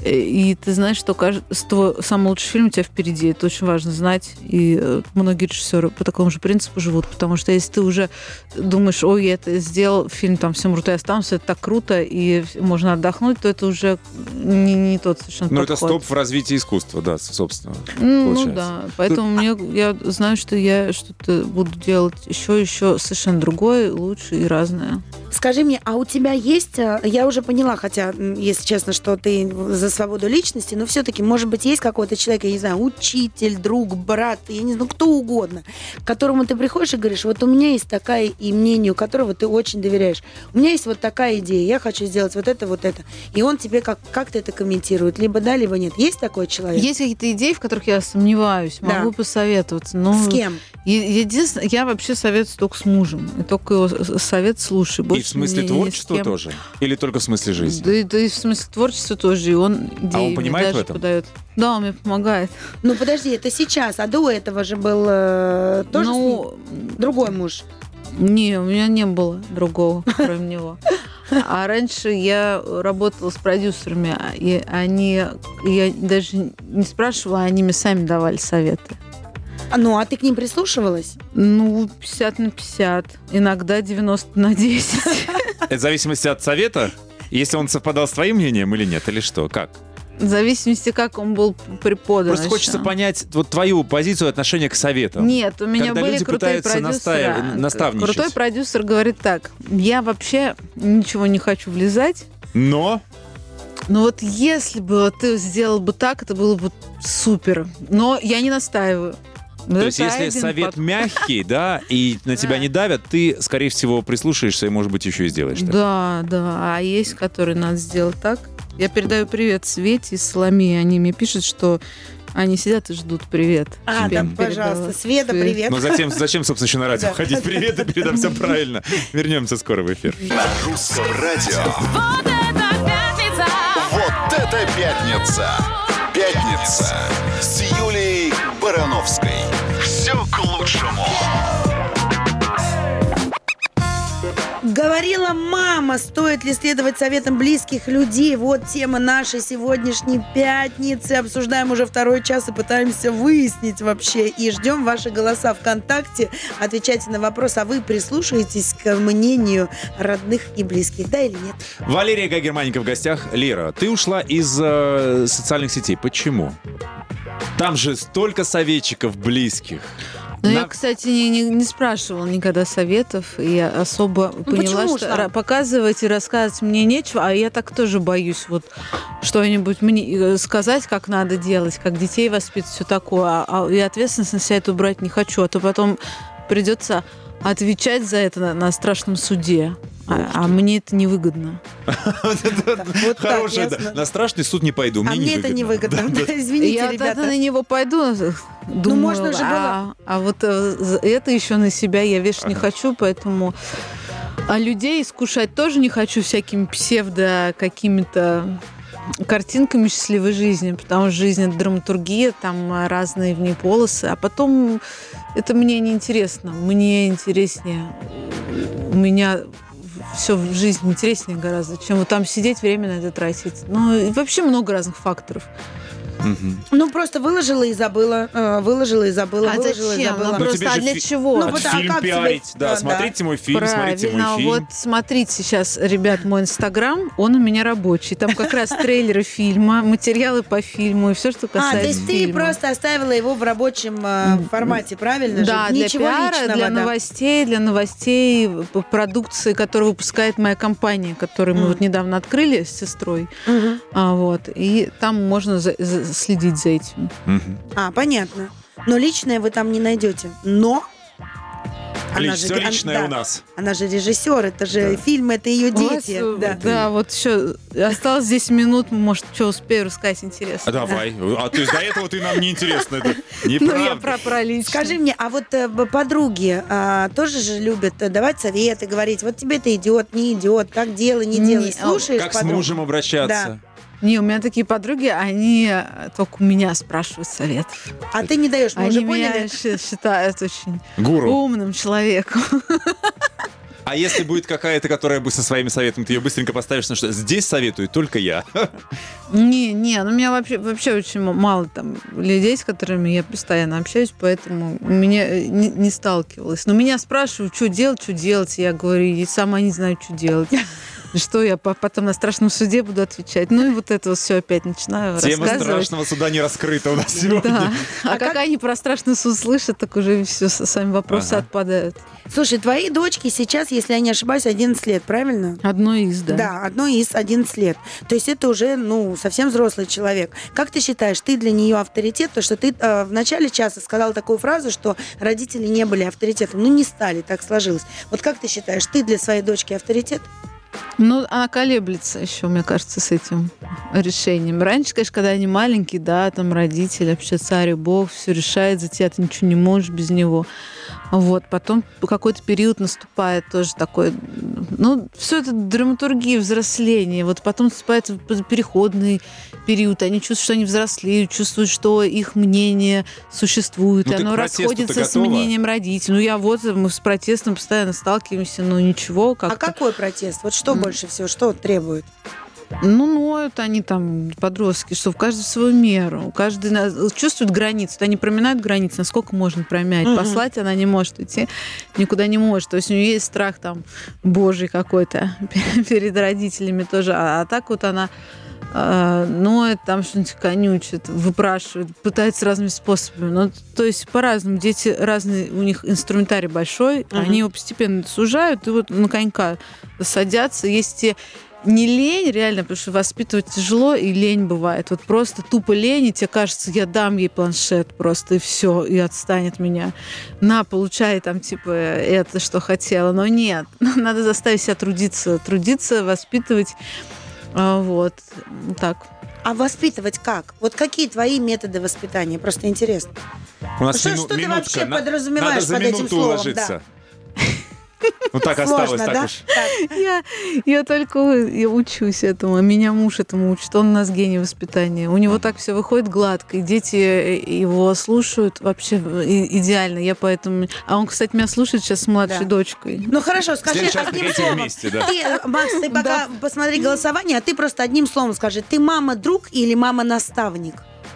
H: и ты знаешь, что каждый, самый лучший фильм у тебя впереди. Это очень важно знать. И многие режиссеры по такому же принципу живут. Потому что если ты уже думаешь, ой, я это сделал, фильм там «Все умрут и останутся», это так круто, и можно отдохнуть, то это уже не, не тот совершенно
C: Ну,
H: подход.
C: это стоп в развитии искусства, да, собственно.
H: Ну
C: получается.
H: да, поэтому мне, я знаю, что я что-то буду делать еще, еще совершенно другое, лучше и разное.
B: Скажи мне, а у тебя есть, я уже поняла, хотя, если честно, что ты за свободу личности, но все-таки, может быть, есть какой-то человек, я не знаю, учитель, друг, брат, я не знаю, кто угодно, к которому ты приходишь и говоришь, вот у меня есть такая, и мнению которого ты очень доверяешь, у меня есть вот такая идея, я хочу сделать вот это, вот это, и он тебе как- как-то это комментирует, либо да, либо нет. Есть такой человек?
H: Есть какие-то идеи, в которых я сомневаюсь, могу
B: Да.
H: посоветоваться. Но
B: С кем?
H: е- единственное, я вообще советую только с мужем, и только его с- совет слушай.
C: И
H: Больше
C: в смысле
H: мне ни с
C: творчества
H: кем.
C: тоже? Или только в смысле жизни?
H: Да, и- да и в смысле творчества тоже, и он идеи
C: А он
H: мне
C: понимает в
H: даже
C: этом?
H: подает. Да, он мне помогает.
B: Ну, подожди, это сейчас, а до этого же был э, тоже
H: Ну,
B: с ним? Другой муж.
H: Не, у меня не было другого, кроме него. А раньше я работала с продюсерами, и они, я даже не спрашивала, они мне сами давали советы.
B: А, Ну, а ты к ним прислушивалась?
H: Ну, пятьдесят на пятьдесят, иногда девяносто на десять.
C: Это в зависимости от совета? Если он совпадал с твоим мнением или нет? Или что? Как?
H: В зависимости, как он был преподан.
C: Просто
H: еще.
C: хочется понять вот твою позицию отношения к советам.
H: Нет, у меня
C: Когда
H: были
C: люди
H: крутые
C: пытаются
H: продюсеры.
C: настаив- наставничать.
H: Крутой продюсер говорит так: я вообще ничего не хочу влезать,
C: Но
H: но вот если бы вот ты сделал бы так, это было бы супер. Но я не настаиваю.
C: То есть, если совет мягкий, да, и на тебя не давят, ты, скорее всего, прислушаешься и, может быть, еще и сделаешь так.
H: Да, да. А есть, которые надо сделать так. Я передаю привет Свете и Соломее. Они мне пишут, что они сидят и ждут привет.
B: А,
H: Тебе
B: да, пожалуйста.
H: передала.
B: Света,
H: Привет.
B: привет.
C: Но затем, зачем, собственно, еще на радио
B: Да.
C: ходить? Привет, и передам все правильно. Вернемся скоро в эфир.
A: На русском радио.
D: Вот это пятница!
A: Вот это пятница! Пятница с Юлией Барановской. Все к лучшему.
B: Говорила мама, стоит ли следовать советам близких людей. Вот тема нашей сегодняшней пятницы. Обсуждаем уже второй час и пытаемся выяснить вообще. И ждем ваши голоса ВКонтакте. Отвечайте на вопрос, а вы прислушаетесь к мнению родных и близких, да или нет?
C: Валерия Гай-Германика в гостях. Лера, ты ушла из э, социальных сетей. Почему? Там же столько советчиков близких.
H: Но
C: На-
H: я, кстати, не, не, не спрашивала никогда советов. И я особо поняла,
B: почему
H: что
B: ушла?
H: ра- показывать и рассказывать мне нечего. А я так тоже боюсь вот что-нибудь мне э, сказать, как надо делать, как детей воспитывать, все такое. А, а- и ответственность на себя эту брать не хочу. А то потом придется отвечать за это на, на страшном суде. А, а мне это невыгодно.
B: Вот так,
C: Хорошая, да.
B: ясно.
C: На страшный суд не пойду.
B: А мне это невыгодно. Извините,
H: я
B: ребята.
H: тогда на него пойду, думаю,
B: можно же
H: а, а вот э, за это еще на себя я вешать не хочу, поэтому... А людей искушать тоже не хочу всякими псевдо какими-то картинками счастливой жизни, потому что жизнь — это драматургия, там разные в ней полосы, а потом это мне не интересно. Мне интереснее, у меня все в жизни интереснее гораздо, чем вот там сидеть, время на это тратить. Ну, и вообще много разных факторов.
C: Мгм.
B: Ну, просто выложила и забыла. э, Выложила и забыла.
H: А
B: выложила и
H: зачем?
B: забыла.
H: Ну,
C: Ну,
H: просто,
C: тебе
H: а
C: же
H: для
C: фи-
H: чего?
B: Ну,
C: А
B: вот, а
C: фильм
B: как тебе-
C: пиарить, да,
B: Да,
C: смотрите мой фильм, смотрите мой
H: Правильно.
C: фильм.
H: Вот смотрите сейчас, ребят, мой Инстаграм, он у меня рабочий. Там как раз трейлеры фильма, материалы по фильму и все, что
B: А,
H: касается
B: то есть ты
H: фильма.
B: просто оставила его в рабочем э, формате, правильно
H: Да,
B: же?
H: для
B: Ничего
H: пиара,
B: личного,
H: для
B: да.
H: новостей, для новостей по продукции, которую выпускает моя компания, которую мы
B: Мгм.
H: вот недавно открыли с сестрой.
B: Мгм.
H: А, вот, и там можно за- за- следить за этим.
C: Мгм.
B: А, понятно. Но личное вы там не найдете. Но...
C: Лич-
B: же-
C: всё
B: она-
C: личное
B: да,
C: у нас.
B: Она же режиссер, это же
C: Да.
B: фильм, это ее дети.
H: Вот,
B: Да.
H: да, вот еще осталось десять минут, может, что успею рассказать
C: А
H: интересно.
C: давай. А то есть до этого ты нам не интересно. Это
H: Ну, я
C: неправда.
H: про, про личное.
B: Скажи мне, а вот э, б- подруги а, тоже же любят э, давать советы, говорить, вот тебе это идет, не идет, как делай, не
H: Не,
B: делай.
H: а
B: Слушаешь
C: Как с
B: подруг?
C: мужем обращаться?
H: Не, у меня такие подруги, они только у меня спрашивают советов.
B: А ты не даешь, мы
H: Они
B: уже
H: меня
B: поняли.
H: щи- считают очень
C: Гуру.
H: умным человеком.
C: А если будет какая-то, которая бы со своими советами, ты ее быстренько поставишь, на что здесь советую только я.
H: Не, не, ну у меня вообще, вообще очень м- мало там людей, с которыми я постоянно общаюсь, поэтому у меня э, не, не сталкивалась. Но меня спрашивают, что делать, что делать. Я говорю, и сама не знаю, что делать. Что я по- потом на страшном суде буду отвечать. Ну и вот это вот все опять начинаю
C: Тема
H: рассказывать.
C: страшного суда не раскрыта у нас сегодня.
H: Да. А,
B: А
H: как,
B: как-
H: они про страшный суд слышат, так уже все, сами вопросы
C: Ага.
H: отпадают.
B: Слушай, твои дочки сейчас, если я не ошибаюсь, одиннадцать лет, правильно?
H: Одно из, да.
B: Да, одной из одиннадцать лет. То есть это уже, ну, совсем взрослый человек. Как ты считаешь, ты для нее авторитет? То, что ты э, в начале часа сказала такую фразу, что родители не были авторитетом. Ну, не стали, так сложилось. Вот как ты считаешь, ты для своей дочки авторитет?
H: Ну, она колеблется еще, мне кажется, с этим решением. Раньше, конечно, когда они маленькие, да, там родители, вообще царь и бог, все решает за тебя, ты ничего не можешь без него. Вот, потом какой-то период наступает тоже такой, ну, все это драматургия взросления. Вот потом наступает переходный период, они чувствуют, что они взрослеют, чувствуют, что их мнение существует,
C: Ну,
H: и
C: ты
H: оно
C: к протесту-то
H: расходится с
C: готова?
H: мнением родителей. Ну, я вот, мы с протестом постоянно сталкиваемся, но ничего, как-то...
B: А какой протест? Вот что
H: М.
B: больше всего, что требует?
H: Ну, ноют они там, подростки, что в каждую свою меру. Каждый на- чувствует границу. Вот они проминают границу, насколько можно промять.
B: Мгм.
H: Послать она не может уйти, никуда не может. То есть у нее есть страх там божий какой-то перед родителями тоже. А, а так вот она э, ноет, там что-нибудь конючит, выпрашивает, пытается разными способами. Ну, то есть по-разному. Дети разные, у них инструментарий большой,
B: Мгм.
H: они его постепенно сужают и вот на конька садятся. Есть те не лень, реально, потому что воспитывать тяжело, и лень бывает. Вот просто тупо лень, и тебе кажется, я дам ей планшет просто, и все, и отстанет от меня. На, получай там, типа, это, что хотела. Но нет, надо заставить себя трудиться, трудиться, воспитывать. А, Вот, так.
B: А воспитывать как? Вот какие твои методы воспитания? Просто интересно.
C: У нас
B: Что-
C: мину-
B: что ты
C: минутка.
B: вообще
C: На-
B: подразумеваешь
C: Надо за
B: под этим
C: минуту
B: словом,
C: уложиться. Ну так
B: Сложно,
C: осталось, так
B: да?
C: уж.
B: Так.
H: Я, я только у- я учусь этому, а меня муж этому учит. Он у нас гений воспитания. У него так все выходит гладко, и дети его слушают вообще и- идеально. Я поэтому... А он, кстати, меня слушает сейчас с младшей
B: Да.
H: дочкой.
B: Ну хорошо, скажи
C: следующий раз
B: одним
C: приходите
B: словом.
C: вместе, да.
B: Ты, Макс, ты пока посмотри голосование, а ты просто одним словом скажи. Ты мама-друг или мама-наставник?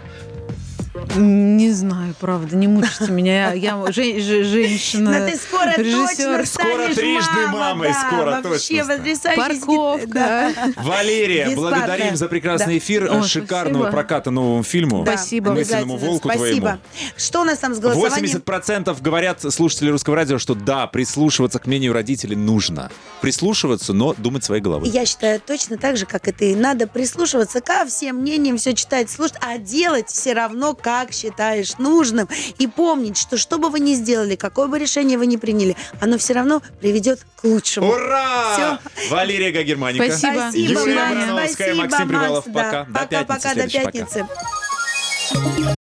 H: Не знаю, правда, не мучите меня. Я, я же- же- женщина,
B: Но ты скоро
H: режиссер.
B: точно
C: Скоро
B: станешь
C: трижды
B: мама,
C: мамой,
B: да,
C: скоро
B: вообще
C: точно
B: потрясающе.
H: Парковка.
B: Да.
C: Валерия,
B: Бесплатно.
C: благодарим за прекрасный
B: Да.
C: эфир,
H: О,
C: шикарного
H: спасибо.
C: проката новому фильму.
B: Да,
H: Спасибо.
C: «Мысленному
B: обязательно.
C: волку»
B: Спасибо.
C: твоему.
B: Что у нас там с голосованием?
C: восемьдесят процентов говорят слушатели Русского радио, что да, прислушиваться к мнению родителей нужно. Прислушиваться, но думать своей головой.
B: Я считаю точно так же, как и ты. Надо прислушиваться ко всем мнениям, все читать, слушать, а делать все равно, как считаешь нужным. И помнить, что что бы вы ни сделали, какое бы решение вы ни приняли, оно все равно приведет к лучшему.
C: Ура! Валерия Гагерманика.
H: Спасибо.
B: Спасибо,
C: Юлия
B: Макс,
C: Барановская,
B: спасибо,
C: Максим Привалов.
B: Макс, да.
C: Пока. До
B: Пока-пока,
C: пятницы
B: до
C: следующей. Пока.
B: пятницы.